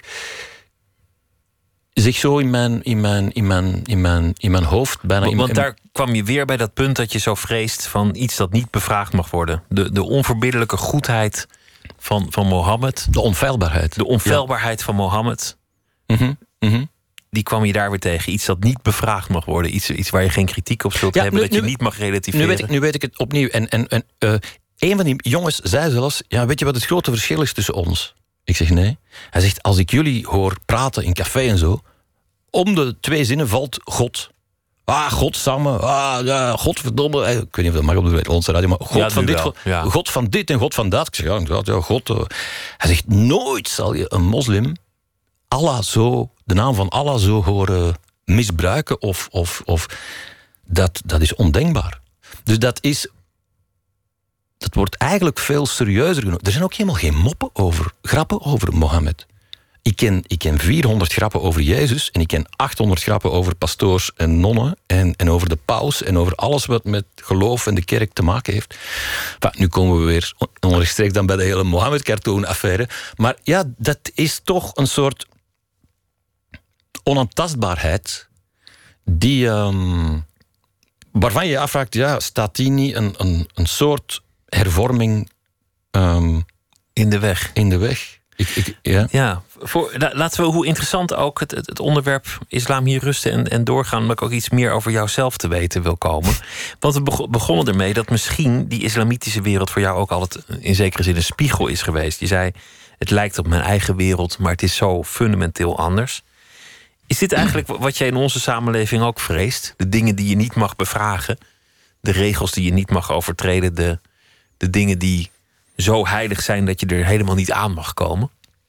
zich zo in mijn, in mijn, in mijn, in mijn, in mijn hoofd bijna... Want, in, want daar kwam je weer bij dat punt dat je zo vreest van iets dat niet bevraagd mag worden. De, de onverbiddelijke goedheid van, van Mohammed. De onfeilbaarheid. De onfeilbaarheid ja. van Mohammed. Mm-hmm, mm-hmm. Die kwam je daar weer tegen. Iets dat niet bevraagd mag worden. Iets, iets waar je geen kritiek op zult ja, hebben. Nu, dat je nu, niet mag relativeren. Nu weet ik, nu weet ik het opnieuw. En, en, en uh, een van die jongens zei zelfs... Ja, weet je wat het grote verschil is tussen ons? Ik zeg nee. Hij zegt, als ik jullie hoor praten in café en zo... om de twee zinnen valt God. Ah, God samen. Ah, ja, godverdomme. Ik weet niet of dat mag op de onze radio, maar God, ja, van dit, God, ja. God van dit en God van dat. Ik zeg, ja, inderdaad, ja, God. Uh. Hij zegt, nooit zal je een moslim... Allah zo, de naam van Allah zo horen misbruiken of, of, of dat, dat is ondenkbaar. Dus dat is, dat wordt eigenlijk veel serieuzer genomen. Er zijn ook helemaal geen moppen over, grappen over Mohammed. Ik ken, ik ken vierhonderd grappen over Jezus en ik ken achthonderd grappen over pastoors en nonnen en, en over de paus en over alles wat met geloof en de kerk te maken heeft. Enfin, nu komen we weer onrechtstreeks dan bij de hele Mohammed-cartoon-affaire. Maar ja, dat is toch een soort onaantastbaarheid die, um, waarvan je je afvraagt, ja, staat die niet een, een, een soort hervorming um, in de weg? In de weg. Ik, ik, ja, ja voor, laten we, hoe interessant ook het, het, het onderwerp islam hier rusten en, en doorgaan, omdat ik ook iets meer over jouzelf te weten wil komen. Want we begonnen ermee dat misschien die islamitische wereld voor jou ook altijd in zekere zin een spiegel is geweest. Je zei, het lijkt op mijn eigen wereld, maar het is zo fundamenteel anders. Is dit eigenlijk wat jij in onze samenleving ook vreest? De dingen die je niet mag bevragen, de regels die je niet mag overtreden, de, de dingen die zo heilig zijn dat je er helemaal niet aan mag komen?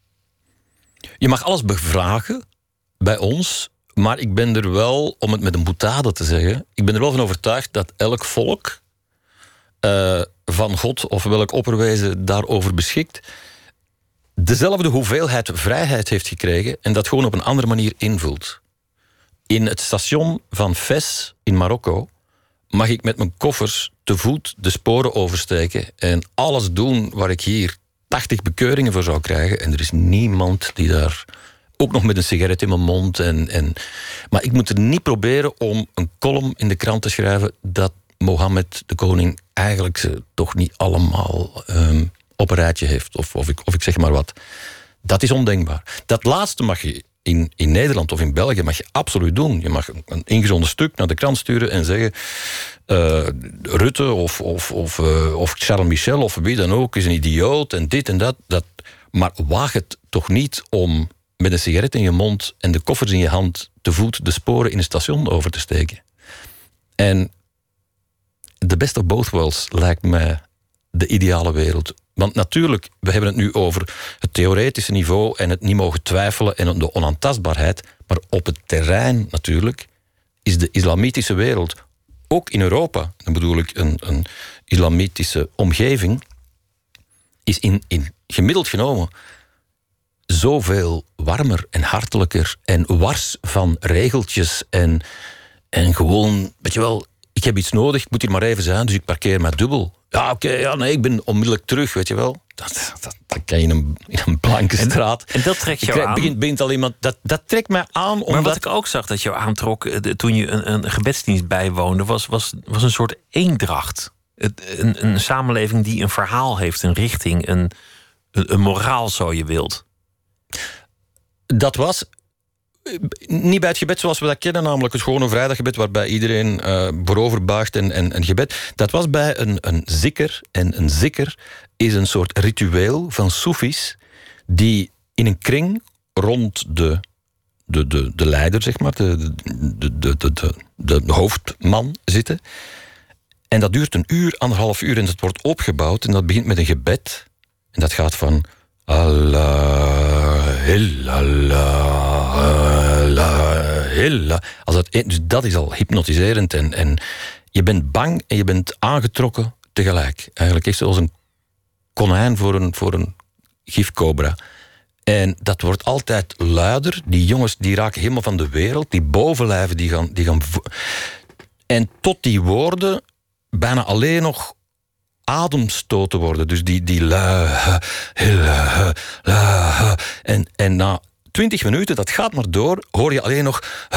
Je mag alles bevragen bij ons, maar ik ben er wel, om het met een boutade te zeggen, ik ben er wel van overtuigd dat elk volk uh, van God of welk opperwezen daarover beschikt, dezelfde hoeveelheid vrijheid heeft gekregen en dat gewoon op een andere manier invult. In het station van Fes in Marokko mag ik met mijn koffers te voet de sporen oversteken en alles doen waar ik hier tachtig bekeuringen voor zou krijgen. En er is niemand die daar, ook nog met een sigaret in mijn mond. En, en, maar ik moet er niet proberen om een column in de krant te schrijven dat Mohammed, de koning, eigenlijk ze toch niet allemaal um, op een rijtje heeft. Of, of, ik, of ik zeg maar wat. Dat is ondenkbaar. Dat laatste mag je in, in Nederland of in België mag je absoluut doen. Je mag een ingezonden stuk naar de krant sturen en zeggen, Uh, Rutte of, of, of, uh, of Charles Michel of wie dan ook is een idioot en dit en dat, dat. Maar waag het toch niet om met een sigaret in je mond en de koffers in je hand te voet de sporen in het station over te steken. En the best of both worlds lijkt mij de ideale wereld. Want natuurlijk, we hebben het nu over het theoretische niveau en het niet mogen twijfelen en de onaantastbaarheid. Maar op het terrein natuurlijk is de islamitische wereld, ook in Europa, dan bedoel ik een, een islamitische omgeving, is in, in gemiddeld genomen zoveel warmer en hartelijker en wars van regeltjes en, en gewoon, weet je wel, ik heb iets nodig, ik moet hier maar even zijn, dus ik parkeer maar dubbel. Ja, oké, okay, ja, nee, ik ben onmiddellijk terug, weet je wel. Dat, dat, dat kan je in een, in een blanke straat. En, en dat trekt jou krijg, aan? Begint, begint al iemand, dat, dat trekt mij aan. Omdat... Maar wat ik ook zag dat jou aantrok de, toen je een, een gebedsdienst bijwoonde, was, was, was een soort eendracht. Het, een, een samenleving die een verhaal heeft, een richting, een, een, een moraal, zo je wilt. Dat was niet bij het gebed zoals we dat kennen, namelijk het gewone vrijdaggebed waarbij iedereen uh, voorover buigt en, en, en gebed. Dat was bij een, een zikr. En een zikr is een soort ritueel van soefis die in een kring rond de, de, de, de leider, zeg maar, de, de, de, de, de, de hoofdman zitten. En dat duurt een uur, anderhalf uur en dat wordt opgebouwd en dat begint met een gebed. En dat gaat van Allah, illallah, Allah, illallah. Als dat, dus dat is al hypnotiserend en, en je bent bang en je bent aangetrokken tegelijk. Eigenlijk echt zoals een konijn voor een, voor een gifcobra. En dat wordt altijd luider. Die jongens die raken helemaal van de wereld. Die bovenlijven die gaan... Die gaan vo- en tot die woorden bijna alleen nog ademstoten worden. Dus die, die la, la, la, en, en na twintig minuten, dat gaat maar door, hoor je alleen nog...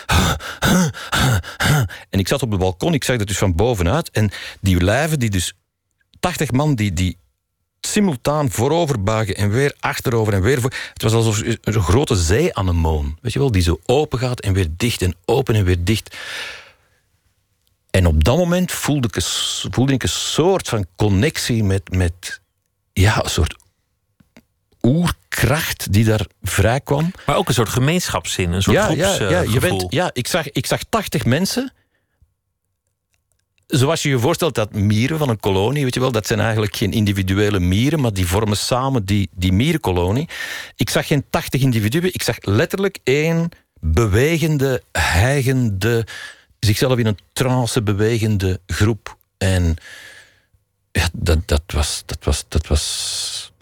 En ik zat op het balkon, ik zag dat dus van bovenuit. En die lijven, die dus tachtig man, die, die simultaan voorover buigen en weer achterover en weer voor... Het was alsof een grote zee-anemoon, weet je wel, die zo open gaat en weer dicht en open en weer dicht... En op dat moment voelde ik een, voelde ik een soort van connectie met, met ja, een soort oerkracht die daar vrij kwam. Maar ook een soort gemeenschapszin, een soort ja, groepsgevoel. Ja, ja, je bent, ja ik, zag, ik zag tachtig mensen. Zoals je je voorstelt dat mieren van een kolonie, weet je wel, dat zijn eigenlijk geen individuele mieren, maar die vormen samen die, die mierenkolonie. Ik zag geen tachtig individuen, ik zag letterlijk één bewegende, hijgende... zichzelf in een trance bewegende groep. En ja, dat, dat was... Dat was, dat was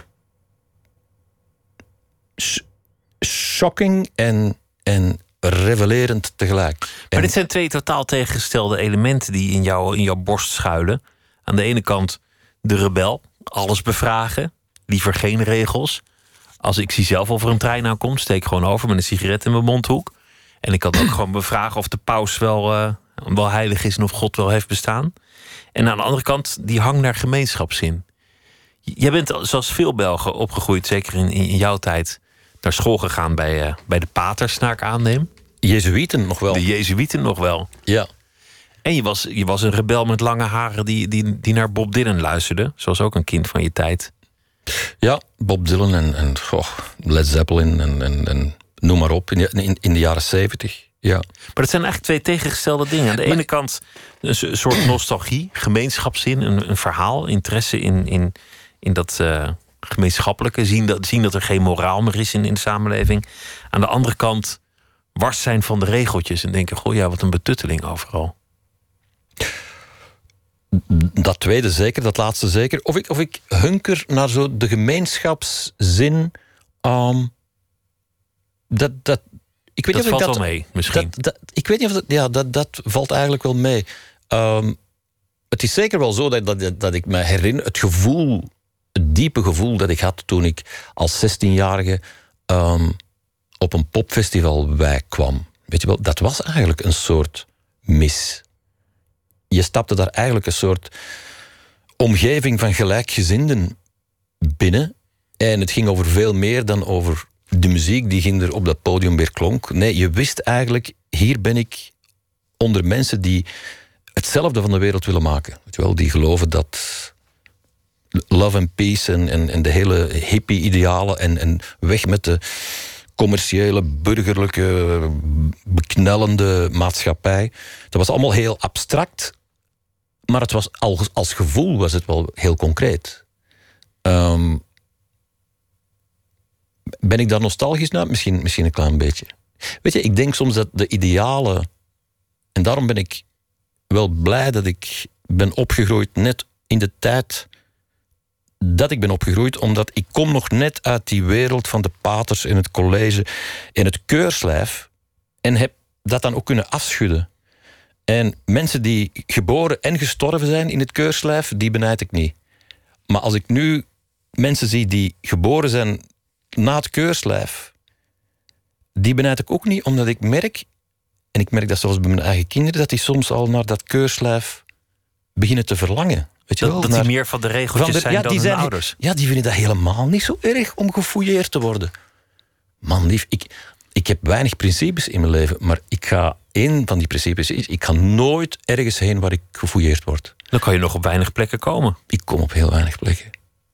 sh- shocking en, en revelerend tegelijk. Maar en, dit zijn twee totaal tegengestelde elementen die in, jou, in jouw borst schuilen. Aan de ene kant de rebel, alles bevragen, liever geen regels. Als ik zie zelf of er een trein aankomt, steek ik gewoon over met een sigaret in mijn mondhoek. En ik kan ook gewoon bevragen of de paus wel, uh, wel heilig is en of God wel heeft bestaan. En aan de andere kant die hang naar gemeenschapszin. Jij bent zoals veel Belgen opgegroeid, zeker in, in jouw tijd, naar school gegaan bij, uh, bij de paters, naar ik aanneem. Jezuïeten nog wel. De Jezuïeten nog wel. Ja. En je was, je was een rebel met lange haren die, die, die naar Bob Dylan luisterde. Zoals ook een kind van je tijd. Ja, Bob Dylan en, en goh, Led Zeppelin en... en, en noem maar op, in de, in, in de jaren zeventig. Ja. Maar dat zijn eigenlijk twee tegengestelde dingen. Aan de maar, ene kant een soort nostalgie, gemeenschapszin, een, een verhaal, interesse in, in, in dat uh, gemeenschappelijke. Zien dat, zien dat er geen moraal meer is in, in de samenleving. Aan de andere kant wars zijn van de regeltjes en denken, goh ja, wat een betutteling overal. Dat tweede zeker, dat laatste zeker. Of ik, of ik hunker naar zo de gemeenschapszin... Um, Dat, dat, ik weet dat niet of valt ik dat, wel mee, misschien. Dat, dat, ik weet niet of dat... Ja, dat, dat valt eigenlijk wel mee. Um, het is zeker wel zo dat, dat, dat ik me herinner... Het gevoel, het diepe gevoel dat ik had toen ik als zestienjarige... Um, op een popfestival bij kwam. Weet je wel, dat was eigenlijk een soort mis. Je stapte daar eigenlijk een soort omgeving van gelijkgezinden binnen. En het ging over veel meer dan over... de muziek die ging er op dat podium weer klonk. Nee, je wist eigenlijk, hier ben ik onder mensen die hetzelfde van de wereld willen maken. Weet je wel, die geloven dat love and peace en, en, en de hele hippie-idealen en, en weg met de commerciële, burgerlijke, beknellende maatschappij. Dat was allemaal heel abstract, maar het was als, als gevoel was het wel heel concreet. Um, Ben ik daar nostalgisch naar? Misschien, misschien een klein beetje. Weet je, ik denk soms dat de idealen... En daarom ben ik wel blij dat ik ben opgegroeid net in de tijd dat ik ben opgegroeid, omdat ik kom nog net uit die wereld van de paters in het college, in het keurslijf, en heb dat dan ook kunnen afschudden. En mensen die geboren en gestorven zijn in het keurslijf, die benijd ik niet. Maar als ik nu mensen zie die geboren zijn na het keurslijf, die benijd ik ook niet, omdat ik merk, en ik merk dat zelfs bij mijn eigen kinderen, dat die soms al naar dat keurslijf beginnen te verlangen. Weet je dat wel? dat naar, die meer van de regeltjes van de, zijn ja, dan die hun zijn, ouders. Ja, die vinden dat helemaal niet zo erg om gefouilleerd te worden. Man lief, ik, ik heb weinig principes in mijn leven, maar ik ga, één van die principes is, ik ga nooit ergens heen waar ik gefouilleerd word. Dan kan je nog op weinig plekken komen. Ik kom op heel weinig plekken.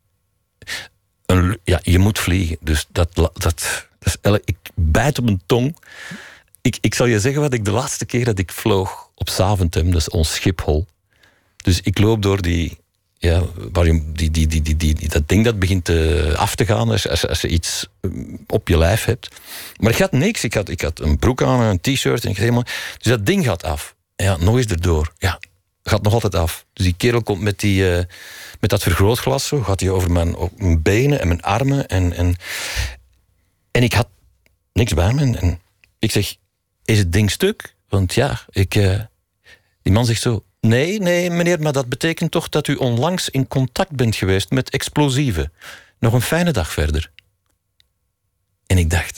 Een, ja, je moet vliegen, dus dat, dat, dat is, ik bijt op mijn tong. Ik, ik zal je zeggen wat ik de laatste keer dat ik vloog op Zaventem, dat is ons Schiphol. Dus ik loop door die, ja, waar je, die, die, die, die, die, dat ding dat begint te, af te gaan als, als, als je iets op je lijf hebt. Maar ik had niks. Ik had, ik had een broek aan en een t-shirt. En ik helemaal, dus dat ding gaat af. Ja, nog eens erdoor. Ja, gaat nog altijd af. Dus die kerel komt met, die, uh, met dat vergrootglas zo, gaat hij over mijn, op mijn benen en mijn armen. En, en, en ik had niks bij me. En, en ik zeg, is het ding stuk? Want ja, ik, uh, die man zegt zo, nee, nee, meneer, maar dat betekent toch dat u onlangs in contact bent geweest met explosieven. Nog een fijne dag verder. En ik dacht,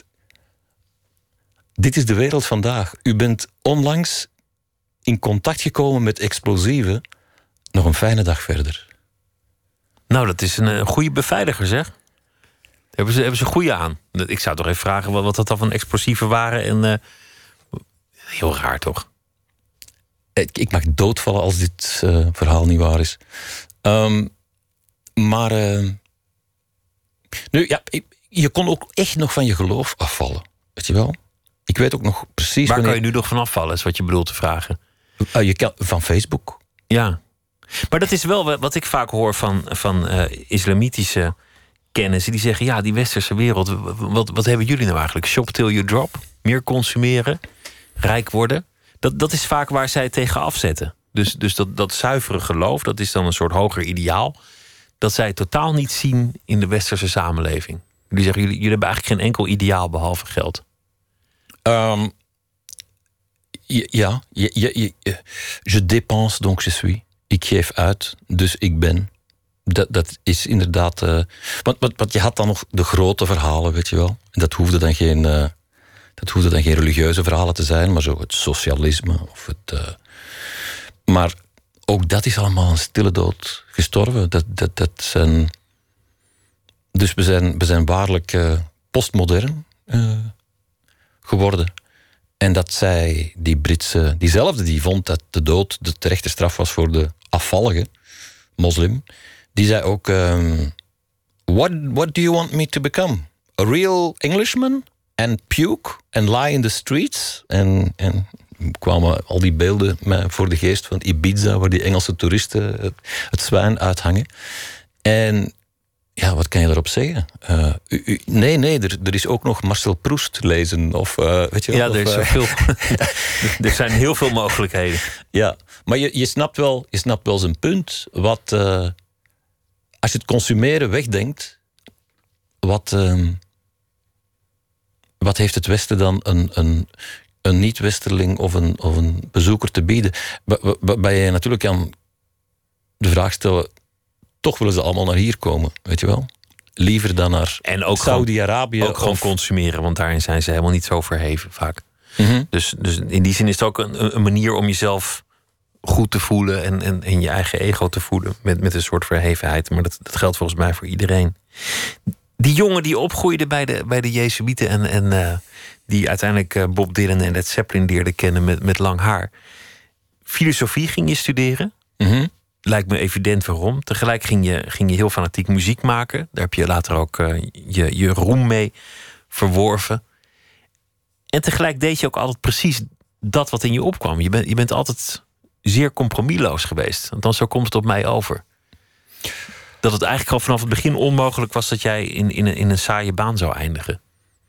dit is de wereld vandaag. U bent onlangs in contact gekomen met explosieven. Nog een fijne dag verder. Nou, dat is een, een goede beveiliger, zeg. Hebben ze, hebben ze goede aan. Ik zou toch even vragen wat, wat dat dan van explosieven waren. En, uh, heel raar, toch? Ik, ik mag doodvallen als dit uh, verhaal niet waar is. Um, maar... Uh, nu, ja, je kon ook echt nog van je geloof afvallen. Weet je wel? Ik weet ook nog precies... Waar wanneer... kan je nu nog van afvallen, is wat je bedoelt te vragen. Uh, je kan, van Facebook. Ja. Maar dat is wel wat ik vaak hoor van, van uh, islamitische kennissen. Die zeggen, ja, die westerse wereld... Wat, wat hebben jullie nou eigenlijk? Shop till you drop? Meer consumeren? Rijk worden? Dat, dat is vaak waar zij tegen afzetten. Dus, dus dat, dat zuivere geloof, dat is dan een soort hoger ideaal... dat zij totaal niet zien in de westerse samenleving. Jullie zeggen, jullie, jullie hebben eigenlijk geen enkel ideaal behalve geld. Um, ja, je, je, je, je dépense, donc je suis. Ik geef uit, dus ik ben. Dat, dat is inderdaad... Uh, want, want, want je had dan nog de grote verhalen, weet je wel. Dat hoefde dan geen... Uh, Dat hoefde dan geen religieuze verhalen te zijn, maar zo het socialisme. Of het, uh... Maar ook dat is allemaal een stille dood gestorven. Dat, dat, dat zijn... Dus we zijn, we zijn waarlijk uh, postmodern uh, geworden. En dat zij, die Britse, diezelfde die vond dat de dood de terechte straf was voor de afvallige moslim, die zei ook... Um, what, what do you want me to become? A real Englishman? En puke en lie in the streets. En, en kwamen al die beelden mij voor de geest van Ibiza, waar die Engelse toeristen het, het zwijn uithangen. En ja, wat kan je daarop zeggen? Uh, u, u, nee, nee, er, er is ook nog Marcel Proust lezen. Of, uh, weet je wel, ja, er, is of, uh, zoveel, er zijn heel veel mogelijkheden. Ja, maar je, je, snapt wel, je snapt wel zijn punt. Wat, uh, als je het consumeren wegdenkt, wat... Uh, Wat heeft het Westen dan een, een, een niet-Westerling of een, of een bezoeker te bieden? Waarbij je natuurlijk kan de vraag stellen... toch willen ze allemaal naar hier komen, weet je wel? Liever dan naar Saudi-Arabië. Ook gewoon of... consumeren, want daarin zijn ze helemaal niet zo verheven vaak. Mm-hmm. Dus, dus in die zin is het ook een, een manier om jezelf goed te voelen... en, en, en je eigen ego te voeden met, met een soort verhevenheid. Maar dat, dat geldt volgens mij voor iedereen. Die jongen die opgroeide bij de, bij de Jezuïeten... en, en uh, die uiteindelijk uh, Bob Dylan en Led Zeppelin leerde kennen met, met lang haar. Filosofie ging je studeren. Mm-hmm. Lijkt me evident waarom. Tegelijk ging je, ging je heel fanatiek muziek maken. Daar heb je later ook uh, je, je roem mee verworven. En tegelijk deed je ook altijd precies dat wat in je opkwam. Je, ben, je bent altijd zeer compromisloos geweest. Althans, zo komt het op mij over. Dat het eigenlijk al vanaf het begin onmogelijk was... dat jij in, in, een, in een saaie baan zou eindigen.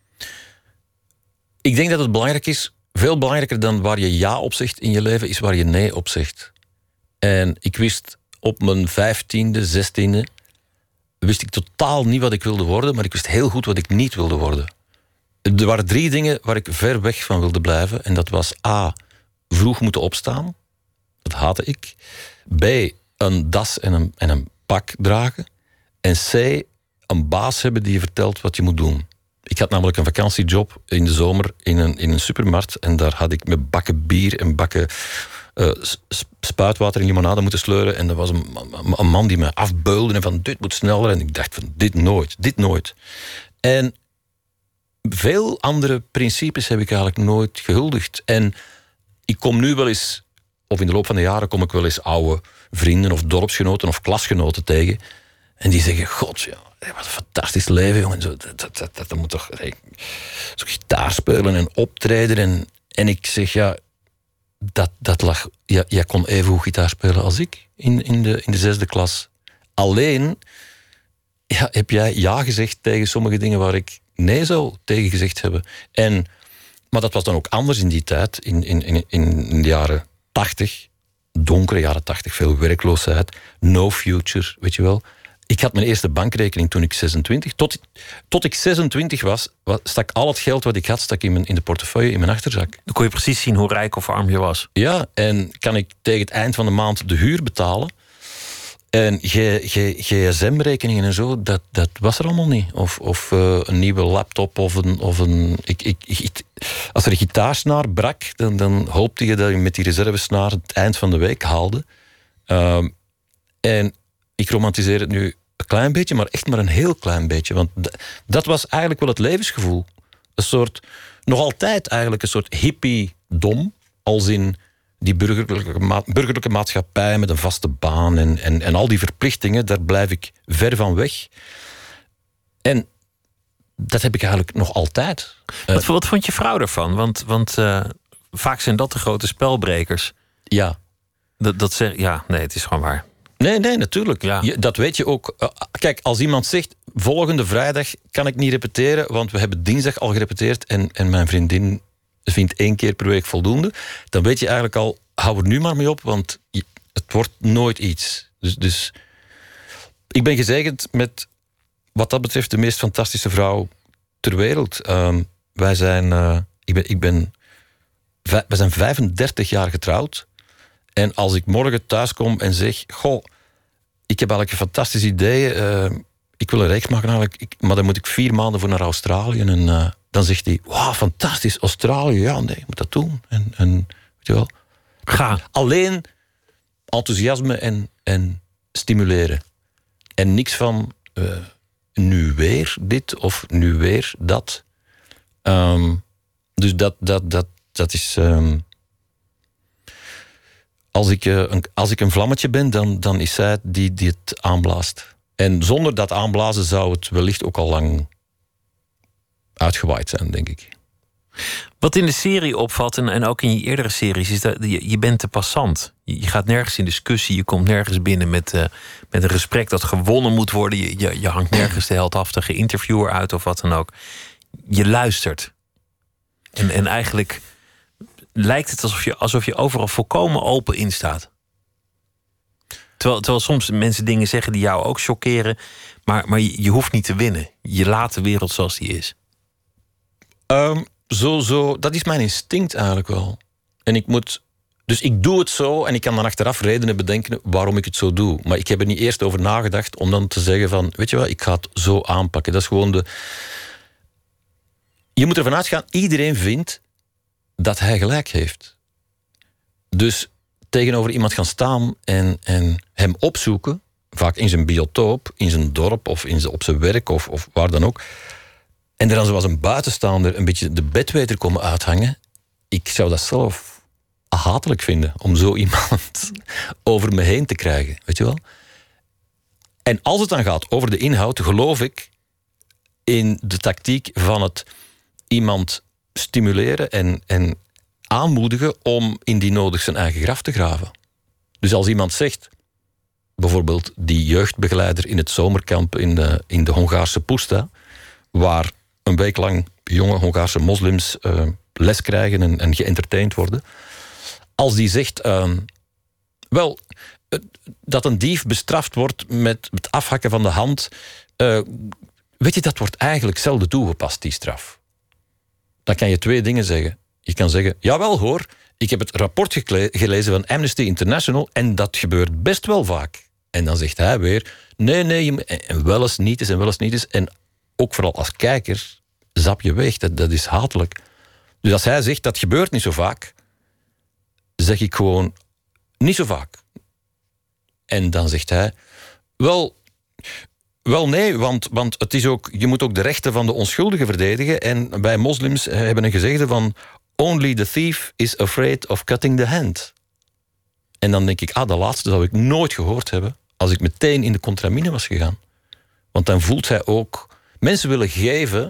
Ik denk dat het belangrijk is... veel belangrijker dan waar je ja op zegt in je leven... is waar je nee op zegt. En ik wist op mijn vijftiende, zestiende... wist ik totaal niet wat ik wilde worden, maar ik wist heel goed wat ik niet wilde worden. Er waren drie dingen waar ik ver weg van wilde blijven. En dat was A, vroeg moeten opstaan. Dat haatte ik. B, een das en een, en een pak dragen. En C, een baas hebben die je vertelt wat je moet doen. Ik had namelijk een vakantiejob in de zomer in een, in een supermarkt. En daar had ik met bakken bier en bakken uh, spuitwater en limonade moeten sleuren. En er was een, een man die me afbeulde en van dit moet sneller. En ik dacht van dit nooit, dit nooit. En veel andere principes heb ik eigenlijk nooit gehuldigd. En ik kom nu wel eens, of in de loop van de jaren kom ik wel eens oude vrienden of dorpsgenoten of klasgenoten tegen. En die zeggen, god, ja, wat een fantastisch leven, jongen. Zo, dat, dat, dat, dat moet toch hey, zo gitaar spelen en optreden. En, en ik zeg, ja, dat, dat lag... Ja, jij kon even goed gitaar spelen als ik in, in, de, in de zesde klas. Alleen ja, heb jij ja gezegd tegen sommige dingen waar ik nee zou tegen gezegd hebben. En, maar dat was dan ook anders in die tijd, in, in, in, in de jaren tachtig. Donkere jaren tachtig, veel werkloosheid. No future, weet je wel. Ik had mijn eerste bankrekening toen ik zesentwintig... Tot, tot ik zesentwintig was, stak al het geld wat ik had stak in, mijn, in de portefeuille, in mijn achterzak. Dan kon je precies zien hoe rijk of arm je was. Ja, en kan ik tegen het eind van de maand de huur betalen. En G S M-rekeningen en zo, dat, dat was er allemaal niet. Of, of uh, een nieuwe laptop of een... Of een ik, ik, ik, als er een gitaarsnaar brak, dan, dan hoopte je dat je met die reservesnaar het eind van de week haalde. Um, en ik romantiseer het nu een klein beetje, maar echt maar een heel klein beetje. Want d- dat was eigenlijk wel het levensgevoel. Een soort, nog altijd eigenlijk een soort hippie-dom, als in die burgerlijke, ma- burgerlijke maatschappij met een vaste baan en, en, en al die verplichtingen, daar blijf ik ver van weg. En dat heb ik eigenlijk nog altijd. Wat, wat vond je vrouw ervan? Want, want uh, vaak zijn dat de grote spelbrekers. Ja. Dat, dat zeg, ja, nee, het is gewoon waar. Nee, nee, natuurlijk. Ja. Je, dat weet je ook. Uh, kijk, als iemand zegt, volgende vrijdag kan ik niet repeteren, want we hebben dinsdag al gerepeteerd en, en mijn vriendin vindt één keer per week voldoende, dan weet je eigenlijk al, hou er nu maar mee op, want je, het wordt nooit iets. Dus, dus ik ben gezegend met, wat dat betreft, de meest fantastische vrouw ter wereld. Um, wij zijn, uh, ik ben, ik ben, wij zijn vijfendertig jaar getrouwd. En als ik morgen thuis kom en zeg, goh, ik heb eigenlijk een fantastisch idee, uh, ik wil een reeks maken eigenlijk, ik, maar dan moet ik vier maanden voor naar Australië. En uh, dan zegt hij, wauw, fantastisch, Australië, ja, nee, ik moet dat doen. En, en weet je wel. Ga. Alleen enthousiasme en, en stimuleren. En niks van, uh, nu weer dit of nu weer dat. Um, dus dat, dat, dat, dat is... Um, Als ik, uh, een, als ik een vlammetje ben, dan, dan is zij die, die het aanblaast. En zonder dat aanblazen zou het wellicht ook al lang uitgewaaid zijn, denk ik. Wat in de serie opvalt, en, en ook in je eerdere series, is dat je, je bent te passant. Je, je gaat nergens in discussie, je komt nergens binnen met, uh, met een gesprek dat gewonnen moet worden. Je, je, je hangt nergens de heldhaftige interviewer uit of wat dan ook. Je luistert. En, en eigenlijk lijkt het alsof je, alsof je overal volkomen open in staat. Terwijl, terwijl soms mensen dingen zeggen die jou ook chockeren, maar, maar je, je hoeft niet te winnen. Je laat de wereld zoals die is. Um, zo, zo, dat is mijn instinct eigenlijk wel. En ik moet... Dus ik doe het zo en ik kan dan achteraf redenen bedenken waarom ik het zo doe. Maar ik heb er niet eerst over nagedacht om dan te zeggen van, weet je wat, ik ga het zo aanpakken. Dat is gewoon de... Je moet ervan uitgaan, iedereen vindt dat hij gelijk heeft. Dus tegenover iemand gaan staan en, en hem opzoeken, vaak in zijn biotoop, in zijn dorp of in zijn, op zijn werk of, of waar dan ook, en er dan zoals een buitenstaander een beetje de bedweter komen uithangen, ik zou dat zelf hatelijk vinden om zo iemand over me heen te krijgen, weet je wel. En als het dan gaat over de inhoud, geloof ik in de tactiek van het iemand stimuleren en, en aanmoedigen om indien nodig zijn eigen graf te graven. Dus als iemand zegt, bijvoorbeeld die jeugdbegeleider in het zomerkamp in de, in de Hongaarse Puszta, waar een week lang jonge Hongaarse moslims uh, les krijgen en, en geëntertained worden, als die zegt, uh, wel, dat een dief bestraft wordt met het afhakken van de hand. Uh, weet je, dat wordt eigenlijk zelden toegepast, die straf. Dan kan je twee dingen zeggen. Je kan zeggen, jawel hoor, ik heb het rapport gekle- gelezen van Amnesty International en dat gebeurt best wel vaak. En dan zegt hij weer, nee, nee, je, en wel eens niet is en wel eens niet is. En ook vooral als kijker, zap je weg, dat, dat is hatelijk. Dus als hij zegt, dat gebeurt niet zo vaak, zeg ik gewoon, niet zo vaak. En dan zegt hij, wel, wel nee, want, want het is ook, je moet ook de rechten van de onschuldigen verdedigen. En wij moslims hebben een gezegde van, only the thief is afraid of cutting the hand. En dan denk ik, ah, dat laatste zou ik nooit gehoord hebben als ik meteen in de contramine was gegaan. Want dan voelt hij ook, mensen willen geven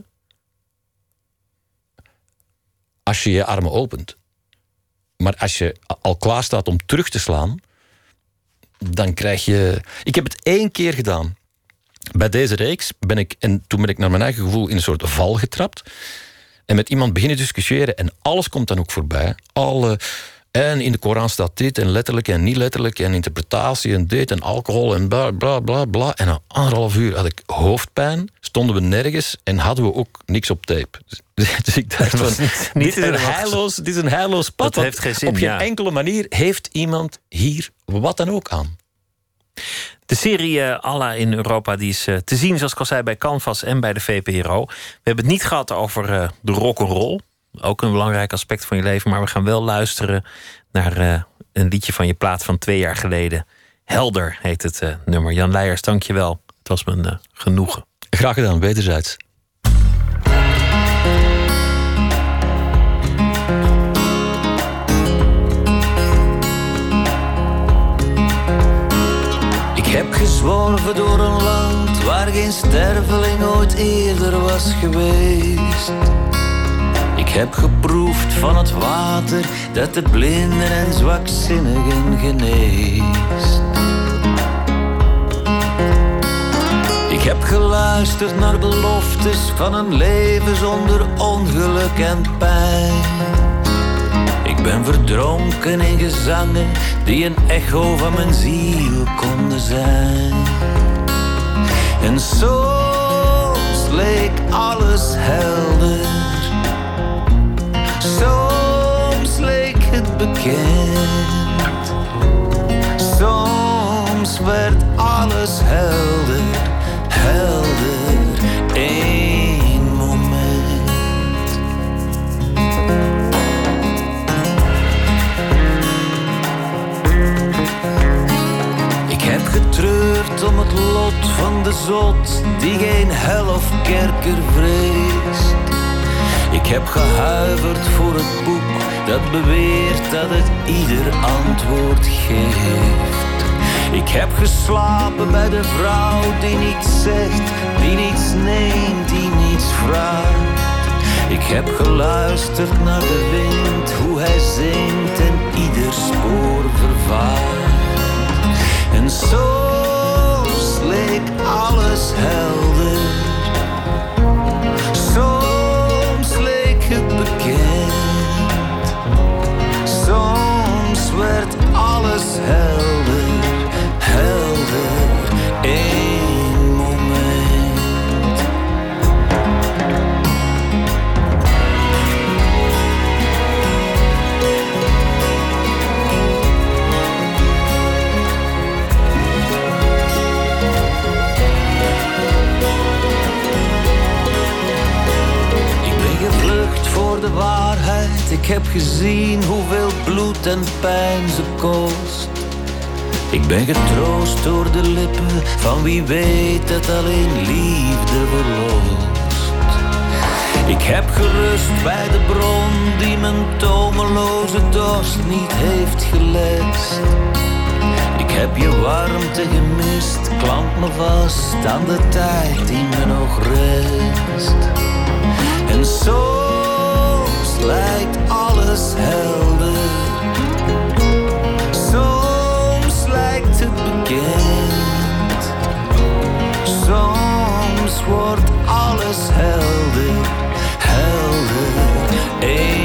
als je je armen opent. Maar als je al klaar staat om terug te slaan, dan krijg je... Ik heb het één keer gedaan. Bij deze reeks ben ik, en toen ben ik naar mijn eigen gevoel in een soort val getrapt. En met iemand beginnen discussiëren en alles komt dan ook voorbij. Alle, en in de Koran staat dit en letterlijk en niet letterlijk en interpretatie en dit en alcohol en bla bla bla bla. En na anderhalf uur had ik hoofdpijn, stonden we nergens en hadden we ook niks op tape. Dus ik dacht van, niet, niet dit, is een heilloos, dit is een heilloos pad. Dat heeft geen zin, op geen ja. enkele manier heeft iemand hier wat dan ook aan. De serie uh, Allah in Europa die is uh, te zien, zoals ik al zei, bij Canvas en bij de V P R O. We hebben het niet gehad over uh, de rock'n'roll. Ook een belangrijk aspect van je leven. Maar we gaan wel luisteren naar uh, een liedje van je plaat van twee jaar geleden. Helder heet het uh, nummer. Jan Leijers, dank je wel. Het was me een uh, genoegen. Graag gedaan, wederzijds. Ik heb gezworven door een land waar geen sterveling ooit eerder was geweest. Ik heb geproefd van het water dat de blinden en zwakzinnigen geneest. Ik heb geluisterd naar beloftes van een leven zonder ongeluk en pijn. Ik ben verdronken in gezangen die een echo van mijn ziel konden zijn. En soms leek alles helder, soms leek het bekend, soms werd alles helder, helder, één moment. Ik heb getreurd om het lot van de zot die geen hel of kerker vreest. Ik heb gehuiverd voor het boek dat beweert dat het ieder antwoord geeft. Ik heb geslapen bij de vrouw die niets zegt, die niets neemt, die niets vraagt. Ik heb geluisterd naar de wind, hoe hij zingt en ieder spoor vervaart. En soms leek alles helder, soms leek het bekend, soms werd alles helder, helder, één moment. Voor de waarheid, ik heb gezien hoeveel bloed en pijn ze kost. Ik ben getroost door de lippen van wie weet dat alleen liefde verlost. Ik heb gerust bij de bron die mijn tomeloze dorst niet heeft gelest. Ik heb je warmte gemist, klamp me vast aan de tijd die me nog rest. En soms lijkt alles helder, soms lijkt het bekend, soms wordt alles helder, helder,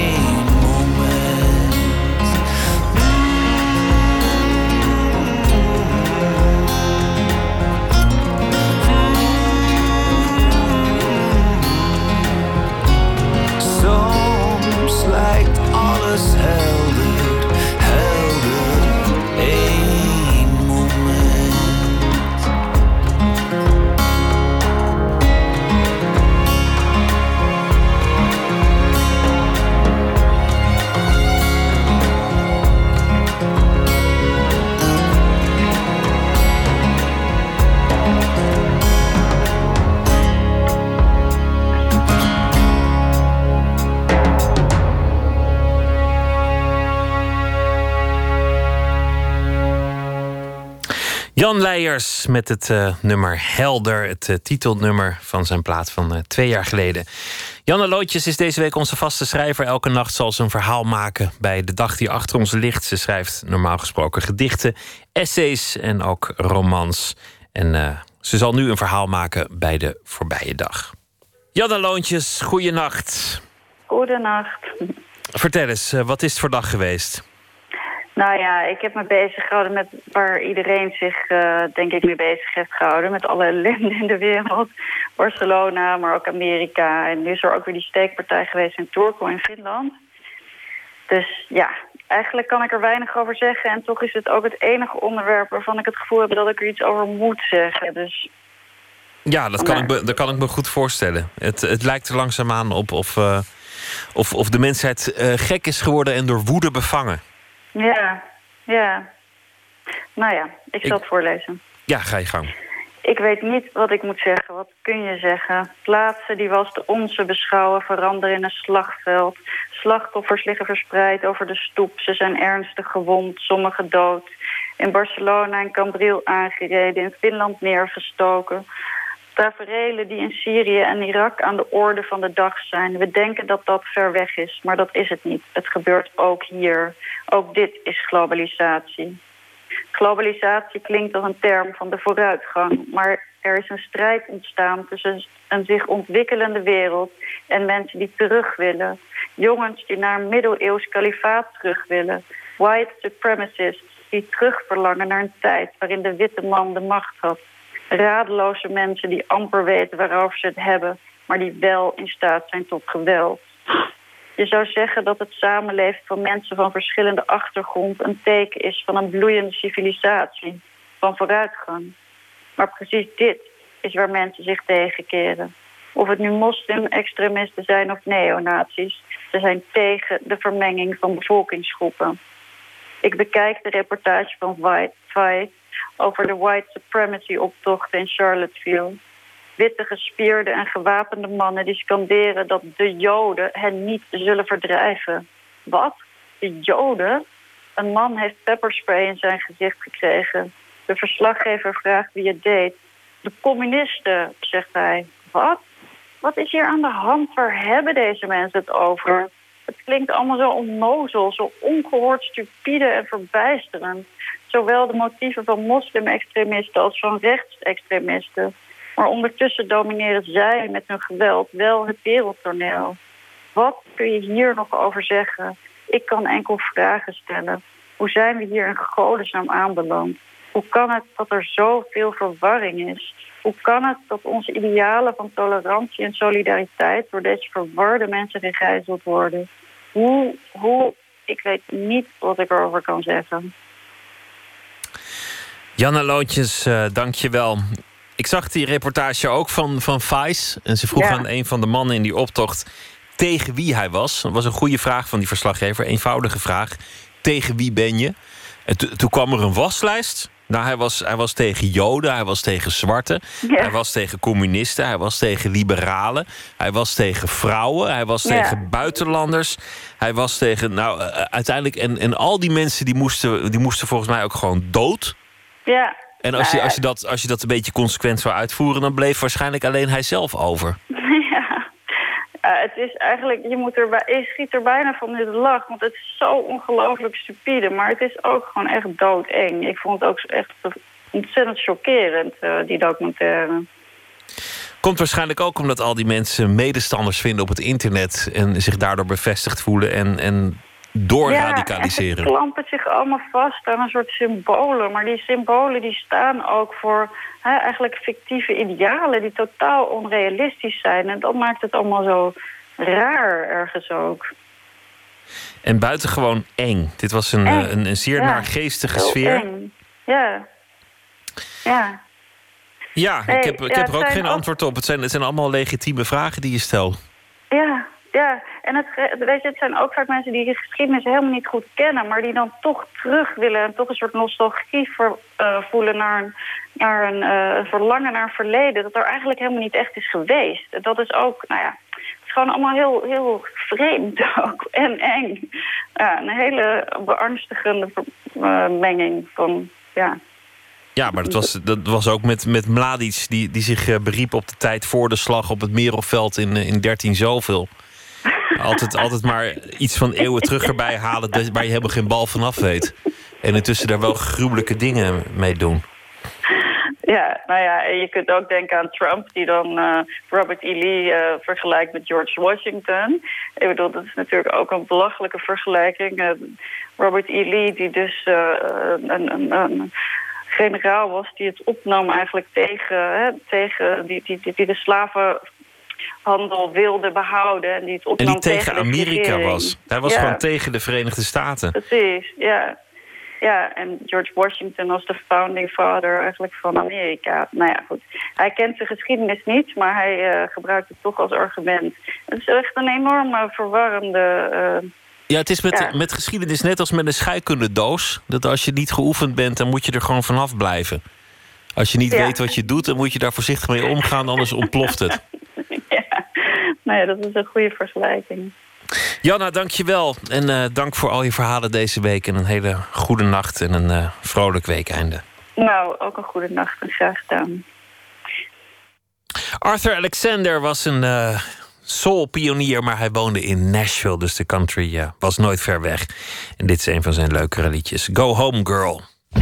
één moment. Jan Leijers met het uh, nummer Helder, het uh, titelnummer van zijn plaat van uh, twee jaar geleden. Janne Lootjes is deze week onze vaste schrijver. Elke nacht zal ze een verhaal maken bij De Dag die achter ons ligt. Ze schrijft normaal gesproken gedichten, essays en ook romans. En uh, ze zal nu een verhaal maken bij De Voorbije Dag. Janne Lootjes, goeienacht. Goedenacht. Vertel eens, uh, wat is het voor dag geweest? Nou ja, ik heb me bezig gehouden met waar iedereen zich, uh, denk ik, mee bezig heeft gehouden. Met alle ellende in de wereld. Barcelona, maar ook Amerika. En nu is er ook weer die steekpartij geweest in Turku in Finland. Dus ja, eigenlijk kan ik er weinig over zeggen. En toch is het ook het enige onderwerp waarvan ik het gevoel heb dat ik er iets over moet zeggen. Dus ja, dat kan, ik me, dat kan ik me goed voorstellen. Het, het lijkt er langzaamaan op of, uh, of, of de mensheid uh, gek is geworden en door woede bevangen. Ja, ja. Nou ja, ik zal ik... het voorlezen. Ja, ga je gang. Ik weet niet wat ik moet zeggen. Wat kun je zeggen? Plaatsen die we als de onze beschouwen veranderen in een slagveld. Slachtoffers liggen verspreid over de stoep. Ze zijn ernstig gewond, sommigen dood. In Barcelona en Cambril aangereden, in Finland neergestoken. Taferelen die in Syrië en Irak aan de orde van de dag zijn. We denken dat dat ver weg is, maar dat is het niet. Het gebeurt ook hier. Ook dit is globalisatie. Globalisatie klinkt als een term van de vooruitgang, maar er is een strijd ontstaan tussen een zich ontwikkelende wereld en mensen die terug willen. Jongens die naar een middeleeuws kalifaat terug willen. White supremacists die terugverlangen naar een tijd waarin de witte man de macht had. Radeloze mensen die amper weten waarover ze het hebben, maar die wel in staat zijn tot geweld. Je zou zeggen dat het samenleven van mensen van verschillende achtergrond een teken is van een bloeiende civilisatie, van vooruitgang. Maar precies dit is waar mensen zich tegenkeren. Of het nu moslim-extremisten zijn of neonazies, ze zijn tegen de vermenging van bevolkingsgroepen. Ik bekijk de reportage van Vice over de white supremacy-optocht in Charlottesville. Witte, gespierde en gewapende mannen die scanderen dat de Joden hen niet zullen verdrijven. Wat? De Joden? Een man heeft pepperspray in zijn gezicht gekregen. De verslaggever vraagt wie het deed. De communisten, zegt hij. Wat? Wat is hier aan de hand? Waar hebben deze mensen het over? Het klinkt allemaal zo onnozel, zo ongehoord stupide en verbijsterend. Zowel de motieven van moslim-extremisten als van rechtsextremisten. Maar ondertussen domineren zij met hun geweld wel het wereldtoneel. Wat kun je hier nog over zeggen? Ik kan enkel vragen stellen. Hoe zijn we hier in godesnaam aanbeland? Hoe kan het dat er zoveel verwarring is? Hoe kan het dat onze idealen van tolerantie en solidariteit door deze verwarde mensen gegijzeld worden? Hoe, hoe, ik weet niet wat ik erover kan zeggen. Janne Lootjes, uh, dank je wel. Ik zag die reportage ook van, van Vice. En ze vroeg ja. aan een van de mannen in die optocht tegen wie hij was. Dat was een goede vraag van die verslaggever. Eenvoudige vraag. Tegen wie ben je? En to, toen kwam er een waslijst. Nou, hij was, hij was tegen Joden, hij was tegen zwarten. Ja. Hij was tegen communisten, hij was tegen liberalen. Hij was tegen vrouwen, hij was ja. tegen buitenlanders. Hij was tegen, nou, uh, uiteindelijk... En, en al die mensen die moesten, die moesten volgens mij ook gewoon dood. Ja. En als je, als, je dat, als je dat een beetje consequent zou uitvoeren, dan bleef waarschijnlijk alleen hij zelf over. Ja, uh, het is eigenlijk, je, moet er bij, je schiet er bijna van in de lach, want het is zo ongelooflijk stupide. Maar het is ook gewoon echt doodeng. Ik vond het ook echt ontzettend chockerend, uh, die documentaire. Komt waarschijnlijk ook omdat al die mensen medestanders vinden op het internet en zich daardoor bevestigd voelen en... en doorradicaliseren. Ja, ze klampen zich allemaal vast aan een soort symbolen. Maar die symbolen die staan ook voor hè, eigenlijk fictieve idealen die totaal onrealistisch zijn. En dat maakt het allemaal zo raar ergens ook. En buitengewoon eng. Dit was een, eng. een, een zeer ja. naargeestige Heel sfeer. Eng. Ja. Ja. Ja, hey, ik heb, ik ja, heb er ook geen ook... antwoord op. Het zijn, het zijn allemaal legitieme vragen die je stelt. Ja. Ja, en het, weet je, het zijn ook vaak mensen die de geschiedenis helemaal niet goed kennen, maar die dan toch terug willen en toch een soort nostalgie voor, uh, voelen naar een, naar een uh, verlangen naar een verleden dat er eigenlijk helemaal niet echt is geweest. Dat is ook, nou ja, het is gewoon allemaal heel, heel vreemd ook en eng. Ja, een hele beangstigende uh, menging van, ja. Ja, maar dat was, dat was ook met, met Mladic, die, die zich uh, beriep op de tijd voor de slag op het Merelveld in, in dertien zoveel. Altijd, altijd maar iets van eeuwen terug erbij halen waar je helemaal geen bal vanaf weet. En intussen daar wel gruwelijke dingen mee doen. Ja, nou ja, en je kunt ook denken aan Trump, die dan uh, Robert E. Lee uh, vergelijkt met George Washington. Ik bedoel, dat is natuurlijk ook een belachelijke vergelijking. Uh, Robert E. Lee, die dus uh, een, een, een generaal was die het opnam eigenlijk tegen, hè, tegen die, die, die, die de slavenhandel wilde behouden. En die het opnam en die tegen, tegen Amerika regering. was. Hij was ja. gewoon tegen de Verenigde Staten. Precies, ja. Ja, en George Washington was de founding father eigenlijk van Amerika. Nou ja, goed. Hij kent de geschiedenis niet, maar hij uh, gebruikt het toch als argument. Het is echt een enorme verwarrende... Uh, ja, het is met, ja. met geschiedenis net als met een scheikundedoos. Dat als je niet geoefend bent, dan moet je er gewoon vanaf blijven. Als je niet ja. weet wat je doet, dan moet je daar voorzichtig mee omgaan, anders ontploft het. Ja, nou ja, dat is een goede vergelijking. Janna, dank je wel. En uh, dank voor al je verhalen deze week. En een hele goede nacht en een uh, vrolijk weekeinde. Nou, ook een goede nacht en graag gedaan. Arthur Alexander was een uh, soul-pionier, maar hij woonde in Nashville. Dus de country uh, was nooit ver weg. En dit is een van zijn leukere liedjes. Go Home Girl.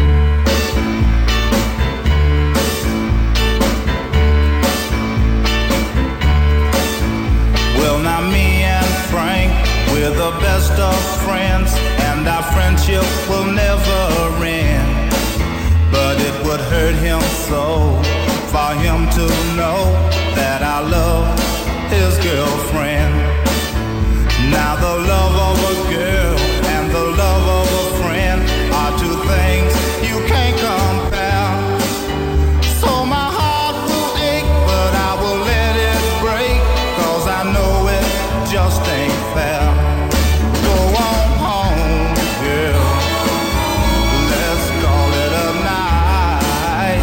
Well, now me and Frank, we're the best of friends, and our friendship will never end. But it would hurt him so for him to know that I love his girlfriend. Now the love of a girl and the love of a friend are two things you can't compare. So my heart will ache, but I will let it break, 'cause I know it just ain't fair. Go on home, girl, let's call it a night.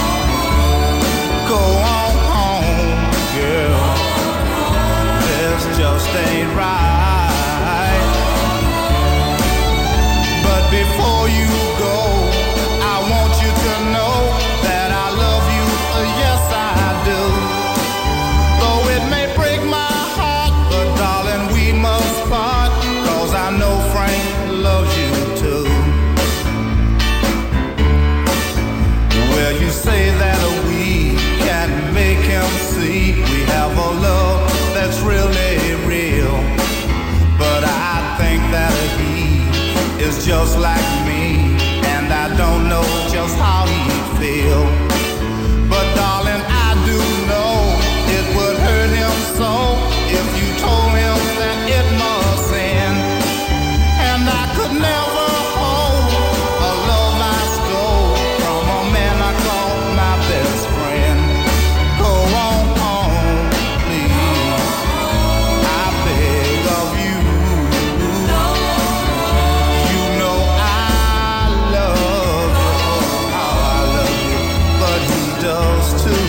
Go on home, girl, this just ain't right. But before you go, I want you to know that I love you, uh, yes I do. Though it may break my heart, but darling, we must part, 'cause I know Frank loves you too. Well, you say that we can make him see we have a love that's really real, but I think that he is just like me, and I don't know just how he'd feel. But darling, I do know it would hurt him so if you told him that it must end. And I could never hold a love I stole from a man I call my best friend. Go on home, please, I beg of you. You know I love you, how I love you, but he does too.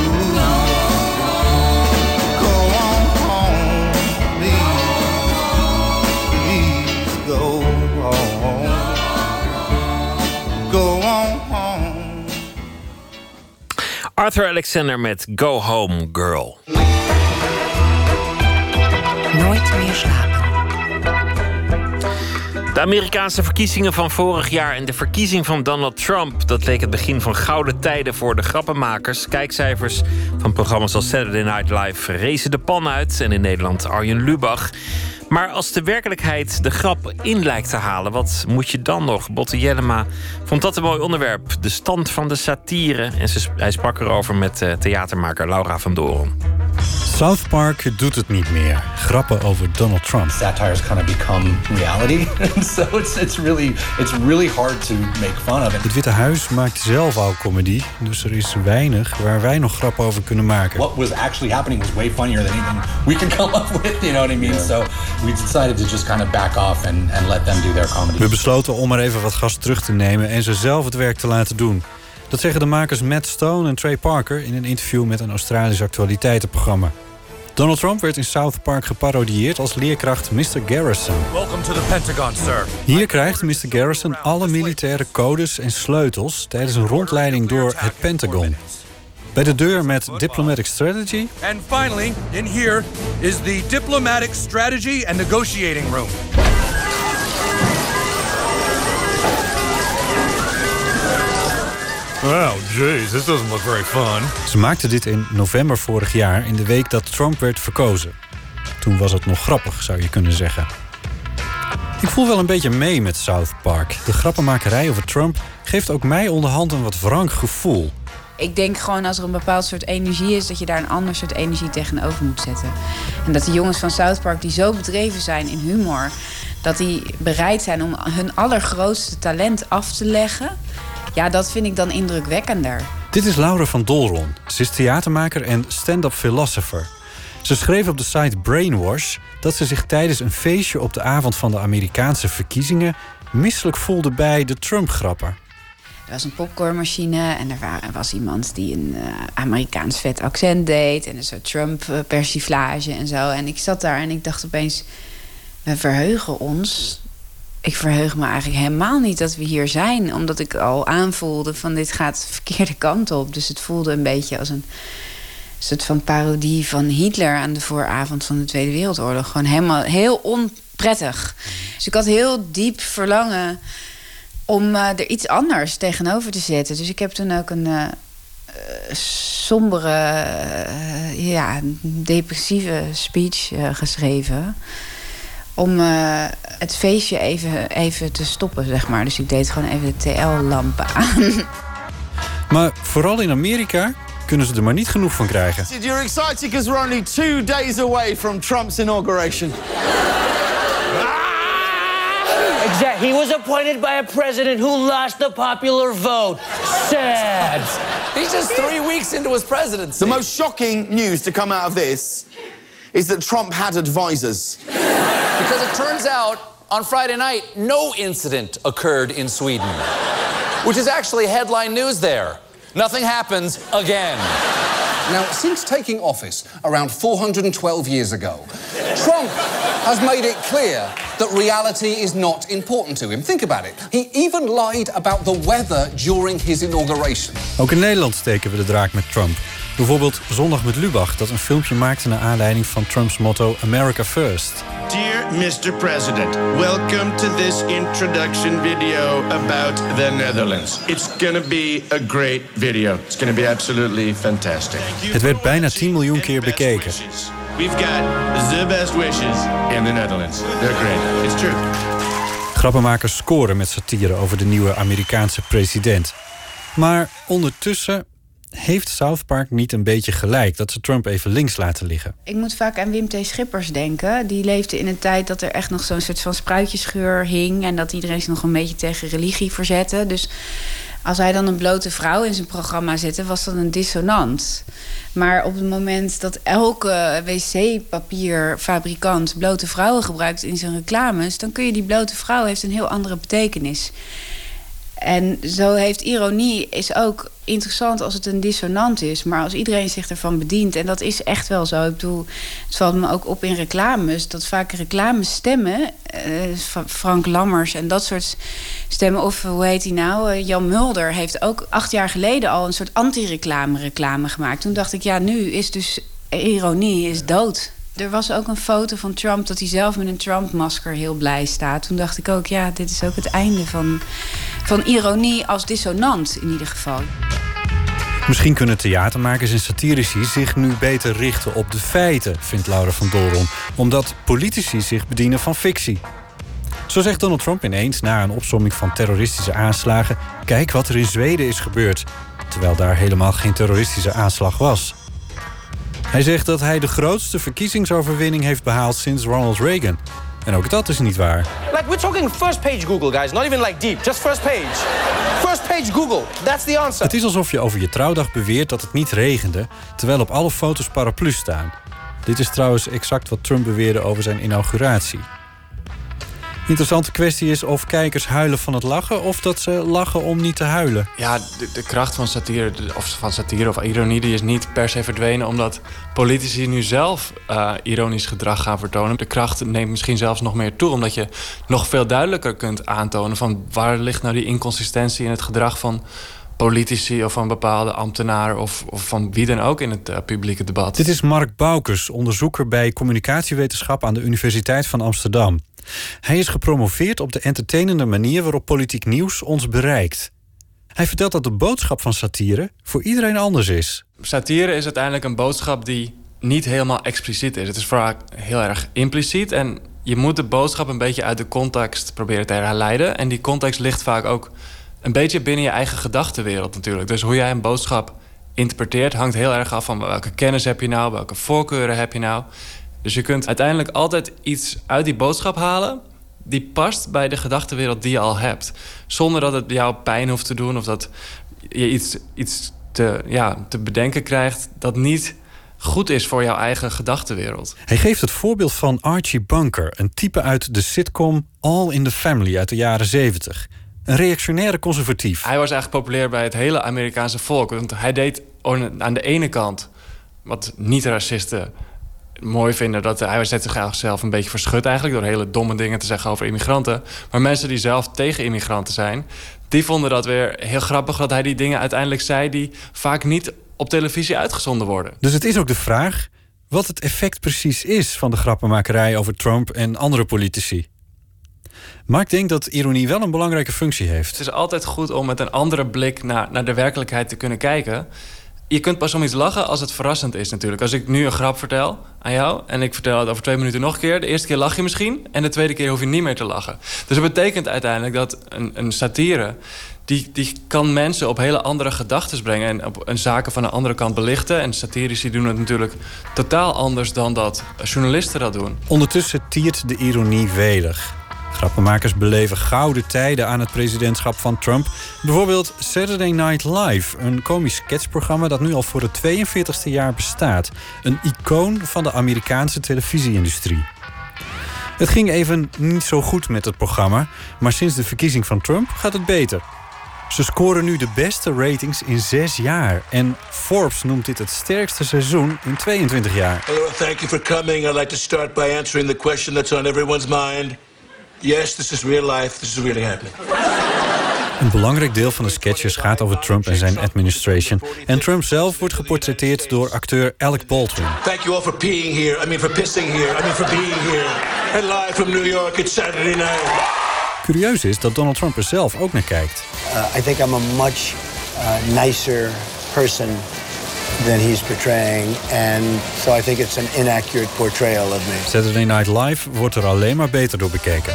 Go on home, please, please go home. Go on home. Arthur Alexander met Go Home Girl. Nooit meer slapen. De Amerikaanse verkiezingen van vorig jaar en de verkiezing van Donald Trump, dat leek het begin van gouden tijden voor de grappenmakers. Kijkcijfers van programma's als Saturday Night Live rezen de pan uit en in Nederland Arjen Lubach. Maar als de werkelijkheid de grap in lijkt te halen, wat moet je dan nog? Botte Jellema vond dat een mooi onderwerp. De stand van de satire. En ze, hij sprak erover met uh, theatermaker Laura van Doorn. South Park doet het niet meer. Grappen over Donald Trump. Satire has kind of become reality. So it's, it's, really, it's really hard to make fun of it. Het Witte Huis maakt zelf al comedy, dus er is weinig waar wij nog grappen over kunnen maken. What was actually happening was way funnier than anything we could come up with, you know what I mean? Yeah. So we decided to just kind of back off and, and let them do their comedy. We besloten om er even wat gas terug te nemen en ze zelf het werk te laten doen. Dat zeggen de makers Matt Stone en Trey Parker in een interview met een Australisch actualiteitenprogramma. Donald Trump werd in South Park geparodieerd als leerkracht mister Garrison. Welcome to the Pentagon, sir. Hier krijgt mister Garrison alle militaire codes en sleutels tijdens een rondleiding door het Pentagon. Bij de deur met Diplomatic Strategy. And finally, in here is the Diplomatic Strategy and Negotiating Room. Wow, jeez, this doesn't look very fun. Ze maakte dit in november vorig jaar, in de week dat Trump werd verkozen. Toen was het nog grappig, zou je kunnen zeggen. Ik voel wel een beetje mee met South Park. De grappenmakerij over Trump geeft ook mij onderhand een wat wrank gevoel. Ik denk gewoon als er een bepaald soort energie is, dat je daar een ander soort energie tegenover moet zetten. En dat de jongens van South Park die zo bedreven zijn in humor, dat die bereid zijn om hun allergrootste talent af te leggen. Ja, dat vind ik dan indrukwekkender. Dit is Laura van Dolron. Ze is theatermaker en stand-up philosopher. Ze schreef op de site Brainwash dat ze zich tijdens een feestje op de avond van de Amerikaanse verkiezingen misselijk voelde bij de Trump-grapper. Er was een popcornmachine en er, waren, er was iemand die een uh, Amerikaans vet accent deed en een soort Trump-persiflage en zo. En ik zat daar en ik dacht opeens, we verheugen ons. Ik verheug me eigenlijk helemaal niet dat we hier zijn, omdat ik al aanvoelde van dit gaat de verkeerde kant op. Dus het voelde een beetje als een soort van parodie van Hitler aan de vooravond van de Tweede Wereldoorlog. Gewoon helemaal heel onprettig. Dus ik had heel diep verlangen om uh, er iets anders tegenover te zetten. Dus ik heb toen ook een uh, sombere, uh, ja, depressieve speech uh, geschreven. Om uh, het feestje even, even te stoppen, zeg maar. Dus ik deed gewoon even de T L-lampen aan. Maar vooral in Amerika kunnen ze er maar niet genoeg van krijgen. You're excited because we're only two days away from Trump's inauguration. Exactly. He was appointed by a president who lost the popular vote. Sad. He's just three weeks into his presidency. The most shocking news to come out of this is that Trump had advisors. Because it turns out, on Friday night, no incident occurred in Sweden. Which is actually headline news there. Nothing happens again. Now, since taking office around four hundred twelve years ago, Trump has made it clear that reality is not important to him. Think about it. He even lied about the weather during his inauguration. Ook in Nederland steken we de draak met Trump. Bijvoorbeeld Zondag met Lubach, dat een filmpje maakte naar aanleiding van Trumps motto America First. Dear mister President, welcome to this introduction video about the Netherlands. It's gonna be a great video. It's gonna be absolutely fantastic. Het werd bijna tien miljoen keer bekeken. We've got the best wishes in the Netherlands. They're great. It's true. Grappenmakers scoren met satire over de nieuwe Amerikaanse president. Maar ondertussen heeft South Park niet een beetje gelijk dat ze Trump even links laten liggen. Ik moet vaak aan Wim T. Schippers denken. Die leefde in een tijd dat er echt nog zo'n soort van spruitjesgeur hing en dat iedereen zich nog een beetje tegen religie verzette. Dus als hij dan een blote vrouw in zijn programma zette, was dat een dissonant. Maar op het moment dat elke wc-papierfabrikant blote vrouwen gebruikt in zijn reclames, dan kun je die blote vrouw heeft een heel andere betekenis. En zo heeft ironie is ook interessant als het een dissonant is. Maar als iedereen zich ervan bedient, en dat is echt wel zo. Ik bedoel, het valt me ook op in reclames, dat vaak reclamestemmen, uh, Frank Lammers en dat soort stemmen, of hoe heet hij nou, uh, Jan Mulder heeft ook acht jaar geleden al een soort anti-reclame reclame gemaakt. Toen dacht ik, ja, nu is dus ironie is dood. Er was ook een foto van Trump dat hij zelf met een Trump-masker heel blij staat. Toen dacht ik ook, ja, dit is ook het einde van, van ironie als dissonant in ieder geval. Misschien kunnen theatermakers en satirici zich nu beter richten op de feiten, vindt Laura van Dolron, omdat politici zich bedienen van fictie. Zo zegt Donald Trump ineens na een opsomming van terroristische aanslagen: kijk wat er in Zweden is gebeurd, terwijl daar helemaal geen terroristische aanslag was. Hij zegt dat hij de grootste verkiezingsoverwinning heeft behaald sinds Ronald Reagan. En ook dat is niet waar. Like, we're talking first page Google, guys. Not even like deep, just first page. First page Google, that's the answer. Het is alsof je over je trouwdag beweert dat het niet regende, terwijl op alle foto's paraplu's staan. Dit is trouwens exact wat Trump beweerde over zijn inauguratie. Interessante kwestie is of kijkers huilen van het lachen of dat ze lachen om niet te huilen. Ja, de, de kracht van satire, of van satire of ironie, die is niet per se verdwenen omdat politici nu zelf uh, ironisch gedrag gaan vertonen. De kracht neemt misschien zelfs nog meer toe, omdat je nog veel duidelijker kunt aantonen van waar ligt nou die inconsistentie in het gedrag van politici of van bepaalde ambtenaren of, of van wie dan ook in het uh, publieke debat. Dit is Mark Boukes, onderzoeker bij communicatiewetenschap aan de Universiteit van Amsterdam. Hij is gepromoveerd op de entertainende manier waarop politiek nieuws ons bereikt. Hij vertelt dat de boodschap van satire voor iedereen anders is. Satire is uiteindelijk een boodschap die niet helemaal expliciet is. Het is vaak heel erg impliciet en je moet de boodschap een beetje uit de context proberen te herleiden. En die context ligt vaak ook een beetje binnen je eigen gedachtenwereld natuurlijk. Dus hoe jij een boodschap interpreteert hangt heel erg af van welke kennis heb je nou, welke voorkeuren heb je nou. Dus je kunt uiteindelijk altijd iets uit die boodschap halen die past bij de gedachtenwereld die je al hebt. Zonder dat het jou pijn hoeft te doen of dat je iets, iets te, ja, te bedenken krijgt dat niet goed is voor jouw eigen gedachtenwereld. Hij geeft het voorbeeld van Archie Bunker, een type uit de sitcom All in the Family uit de jaren zeventig. Een reactionaire conservatief. Hij was eigenlijk populair bij het hele Amerikaanse volk. Want hij deed aan de ene kant wat niet-racisten mooi vinden. Dat hij zet zichzelf een beetje verschut eigenlijk door hele domme dingen te zeggen over immigranten. Maar mensen die zelf tegen immigranten zijn, die vonden dat weer heel grappig dat hij die dingen uiteindelijk zei die vaak niet op televisie uitgezonden worden. Dus het is ook de vraag wat het effect precies is van de grappenmakerij over Trump en andere politici. Maar ik denk dat ironie wel een belangrijke functie heeft. Het is altijd goed om met een andere blik naar, naar de werkelijkheid te kunnen kijken. Je kunt pas om iets lachen als het verrassend is natuurlijk. Als ik nu een grap vertel aan jou en ik vertel het over twee minuten nog een keer. De eerste keer lach je misschien en de tweede keer hoef je niet meer te lachen. Dus dat betekent uiteindelijk dat een, een satire Die, die kan mensen op hele andere gedachten brengen en op een zaken van een andere kant belichten. En satirici doen het natuurlijk totaal anders dan dat journalisten dat doen. Ondertussen tiert de ironie welig. Grappenmakers beleven gouden tijden aan het presidentschap van Trump. Bijvoorbeeld Saturday Night Live, een komisch sketchprogramma dat nu al voor het tweeënveertigste jaar bestaat. Een icoon van de Amerikaanse televisieindustrie. Het ging even niet zo goed met het programma, maar sinds de verkiezing van Trump gaat het beter. Ze scoren nu de beste ratings in zes jaar. En Forbes noemt dit het sterkste seizoen in tweeëntwintig jaar. Hello, thank you for coming. I'd like to start by answering the question that's on everyone's mind. Yes, this is real life. This is really happening. Een belangrijk deel van de sketches gaat over Trump en zijn administration. En Trump zelf wordt geportretteerd door acteur Alec Baldwin. Thank you all for peeing here. I mean for pissing here. I mean for being here. And live from New York, it's Saturday night. Curieus is dat Donald Trump er zelf ook naar kijkt. Uh, I think I'm a much uh, nicer person than he's portraying. And so I think it's an inaccurate portrayal of me. Saturday Night Live wordt er alleen maar beter door bekeken.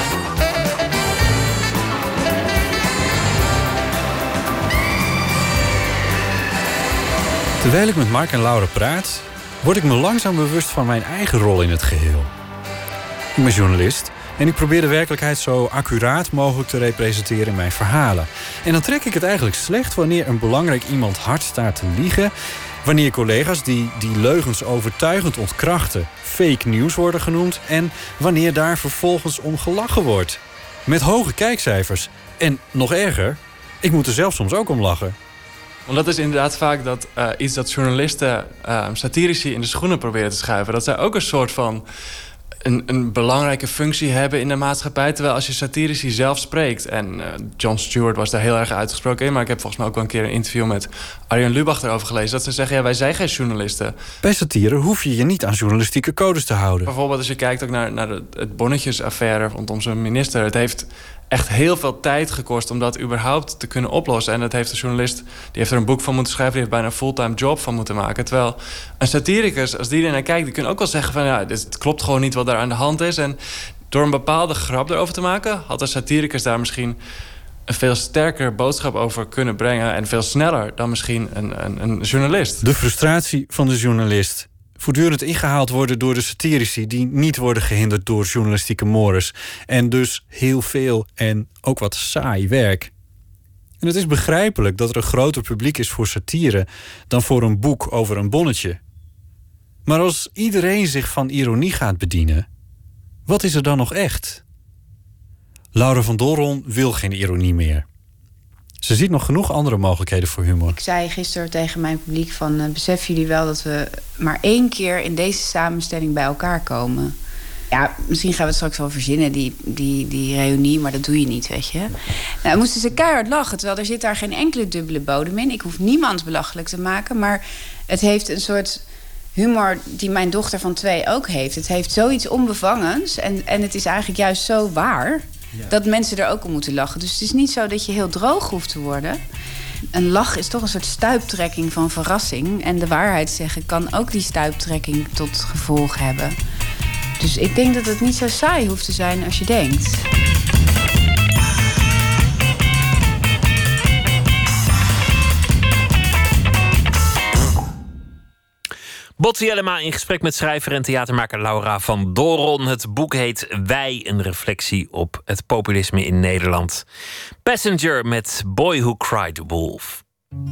Terwijl ik met Mark en Laura praat, word ik me langzaam bewust van mijn eigen rol in het geheel. Ik ben journalist en ik probeer de werkelijkheid zo accuraat mogelijk te representeren in mijn verhalen. En dan trek ik het eigenlijk slecht wanneer een belangrijk iemand hard staat te liegen, wanneer collega's die die leugens overtuigend ontkrachten fake news worden genoemd en wanneer daar vervolgens om gelachen wordt. Met hoge kijkcijfers. En nog erger, ik moet er zelf soms ook om lachen. Want dat is inderdaad vaak dat, uh, iets dat journalisten uh, satirici in de schoenen proberen te schuiven. Dat zij ook een soort van een, een belangrijke functie hebben in de maatschappij. Terwijl als je satirici zelf spreekt. En uh, Jon Stewart was daar heel erg uitgesproken in. Maar ik heb volgens mij ook wel een keer een interview met Arjen Lubach erover gelezen. Dat ze zeggen, ja, wij zijn geen journalisten. Bij satire hoef je je niet aan journalistieke codes te houden. Bijvoorbeeld als je kijkt ook naar, naar de, het bonnetjesaffaire rondom zijn minister. Het heeft echt heel veel tijd gekost om dat überhaupt te kunnen oplossen. En dat heeft de journalist, die heeft er een boek van moeten schrijven, die heeft bijna een fulltime job van moeten maken. Terwijl een satiricus, als die er naar kijkt, die kunnen ook wel zeggen van ja, het klopt gewoon niet wat daar aan de hand is. En door een bepaalde grap erover te maken, had de satiricus daar misschien een veel sterker boodschap over kunnen brengen en veel sneller dan misschien een, een, een journalist. De frustratie van de journalist. Voortdurend ingehaald worden door de satirici die niet worden gehinderd door journalistieke mores. En dus heel veel en ook wat saai werk. En het is begrijpelijk dat er een groter publiek is voor satire dan voor een boek over een bonnetje. Maar als iedereen zich van ironie gaat bedienen, wat is er dan nog echt? Laura van Doorn wil geen ironie meer. Ze ziet nog genoeg andere mogelijkheden voor humor. Ik zei gisteren tegen mijn publiek van... Uh, beseffen jullie wel dat we maar één keer in deze samenstelling bij elkaar komen? Ja, misschien gaan we het straks wel verzinnen, die, die, die reunie, maar dat doe je niet, weet je. Nou, moesten ze keihard lachen, terwijl er zit daar geen enkele dubbele bodem in. Ik hoef niemand belachelijk te maken, maar het heeft een soort humor die mijn dochter van twee ook heeft. Het heeft zoiets onbevangens en, en het is eigenlijk juist zo waar... Ja. Dat mensen er ook om moeten lachen. Dus het is niet zo dat je heel droog hoeft te worden. Een lach is toch een soort stuiptrekking van verrassing. En de waarheid zeggen kan ook die stuiptrekking tot gevolg hebben. Dus ik denk dat het niet zo saai hoeft te zijn als je denkt. Botti Jellema in gesprek met schrijver en theatermaker Laura van Doorn. Het boek heet Wij, een reflectie op het populisme in Nederland. Passenger met Boy Who Cried Wolf.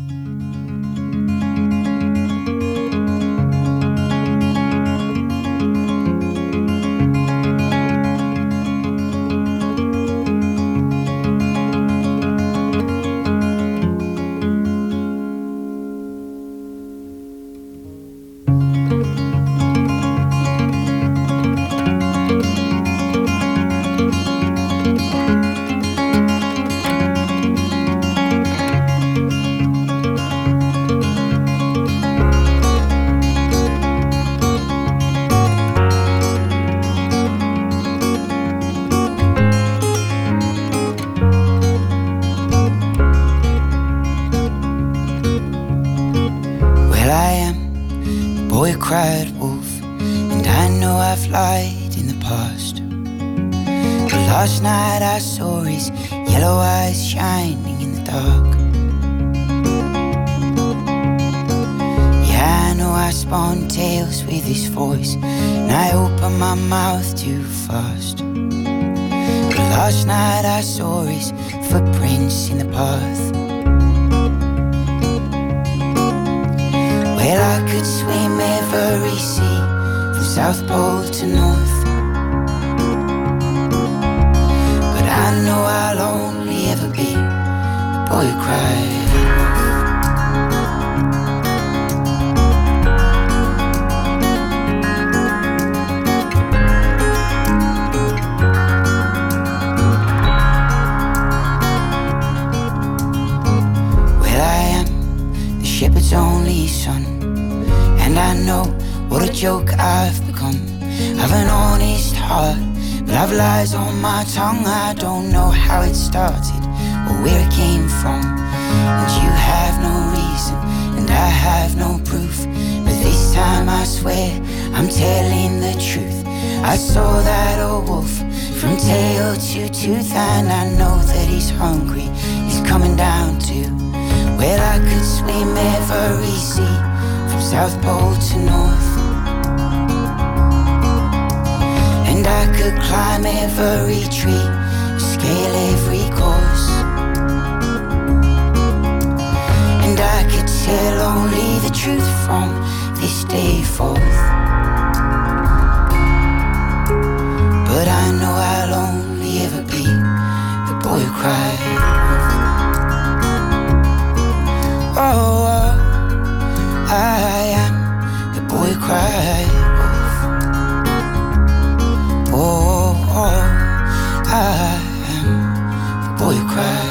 Cried wolf, and I know I've lied in the past. But last night I saw his yellow eyes shining in the dark. Yeah, I know I spun tales with his voice, and I opened my mouth too fast. But last night I saw his footprints in the path. Well, I could swim every sea, from South Pole to North. But I know I'll only ever be the boy who cried. Well, I am the shepherd's only son, and I know what a joke I've become. I've an honest heart, but I've lies on my tongue. I don't know how it started or where it came from. And you have no reason, and I have no proof. But this time I swear I'm telling the truth. I saw that old wolf from tail to tooth, and I know that he's hungry. He's coming down to, well, I could swim every sea, from South Pole to North. And I could climb every tree, scale every course. And I could tell only the truth from this day forth. But I know I'll only ever be the boy who cried. Oh, oh, I am the boy who cried wolf. Oh, oh, I am the boy who cried.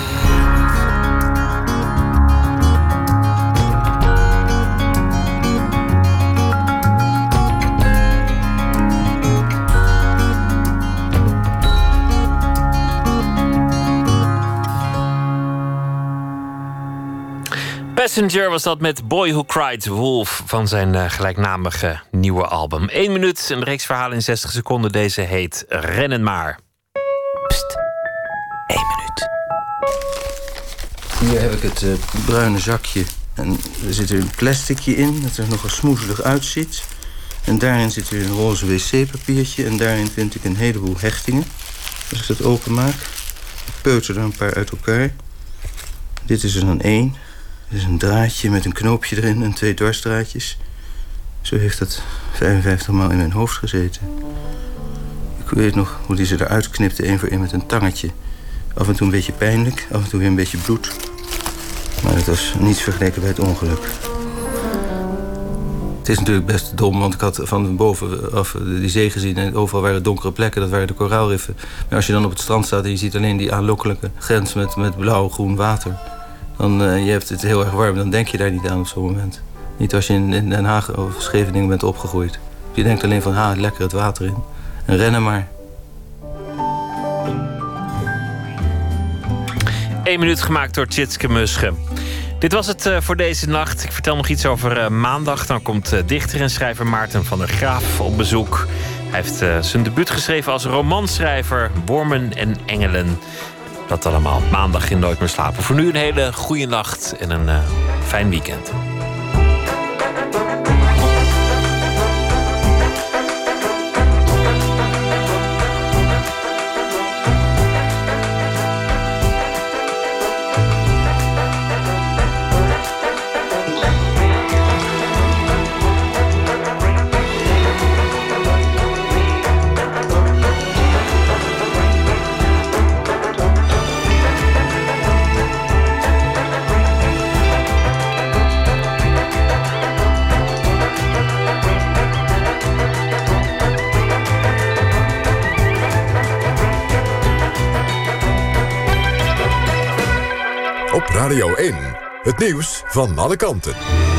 Passenger was dat met Boy Who Cried Wolf van zijn uh, gelijknamige nieuwe album. Eén minuut, een reeks verhalen in zestig seconden. Deze heet Rennen maar. Pst, één minuut. Hier heb ik het uh, bruine zakje. En er zit er een plasticje in dat er nogal smoezelig uitziet. En daarin zit er een roze wc-papiertje. En daarin vind ik een heleboel hechtingen. Als ik dat openmaak, ik peuter er een paar uit elkaar. Dit is er dan één. Dit is een draadje met een knoopje erin en twee dwarsdraadjes. Zo heeft dat vijfenvijftig maal in mijn hoofd gezeten. Ik, weet nog hoe hij ze eruit knipte, één voor één met een tangetje. Af en toe een beetje pijnlijk, af en toe weer een beetje bloed. Maar het was niets vergeleken bij het ongeluk. Het is natuurlijk best dom, want ik had van bovenaf die zee gezien en overal waren donkere plekken, dat waren de koraalriffen. Maar als je dan op het strand staat en je ziet alleen die aanlokkelijke grens met, met blauw-groen water, dan uh, je hebt het heel erg warm, dan denk je daar niet aan op zo'n moment. Niet als je in, in Den Haag of Scheveningen bent opgegroeid. Je denkt alleen van, ha, lekker het water in. En rennen maar. Eén minuut gemaakt door Tjitske Musche. Dit was het uh, voor deze nacht. Ik vertel nog iets over uh, maandag. Dan komt uh, dichter en schrijver Maarten van der Graaf op bezoek. Hij heeft uh, zijn debuut geschreven als romanschrijver Wormen en Engelen. Dat allemaal maandag in Nooit meer slapen. Voor nu een hele goede nacht en een uh, fijn weekend. Radio één, het nieuws van alle kanten.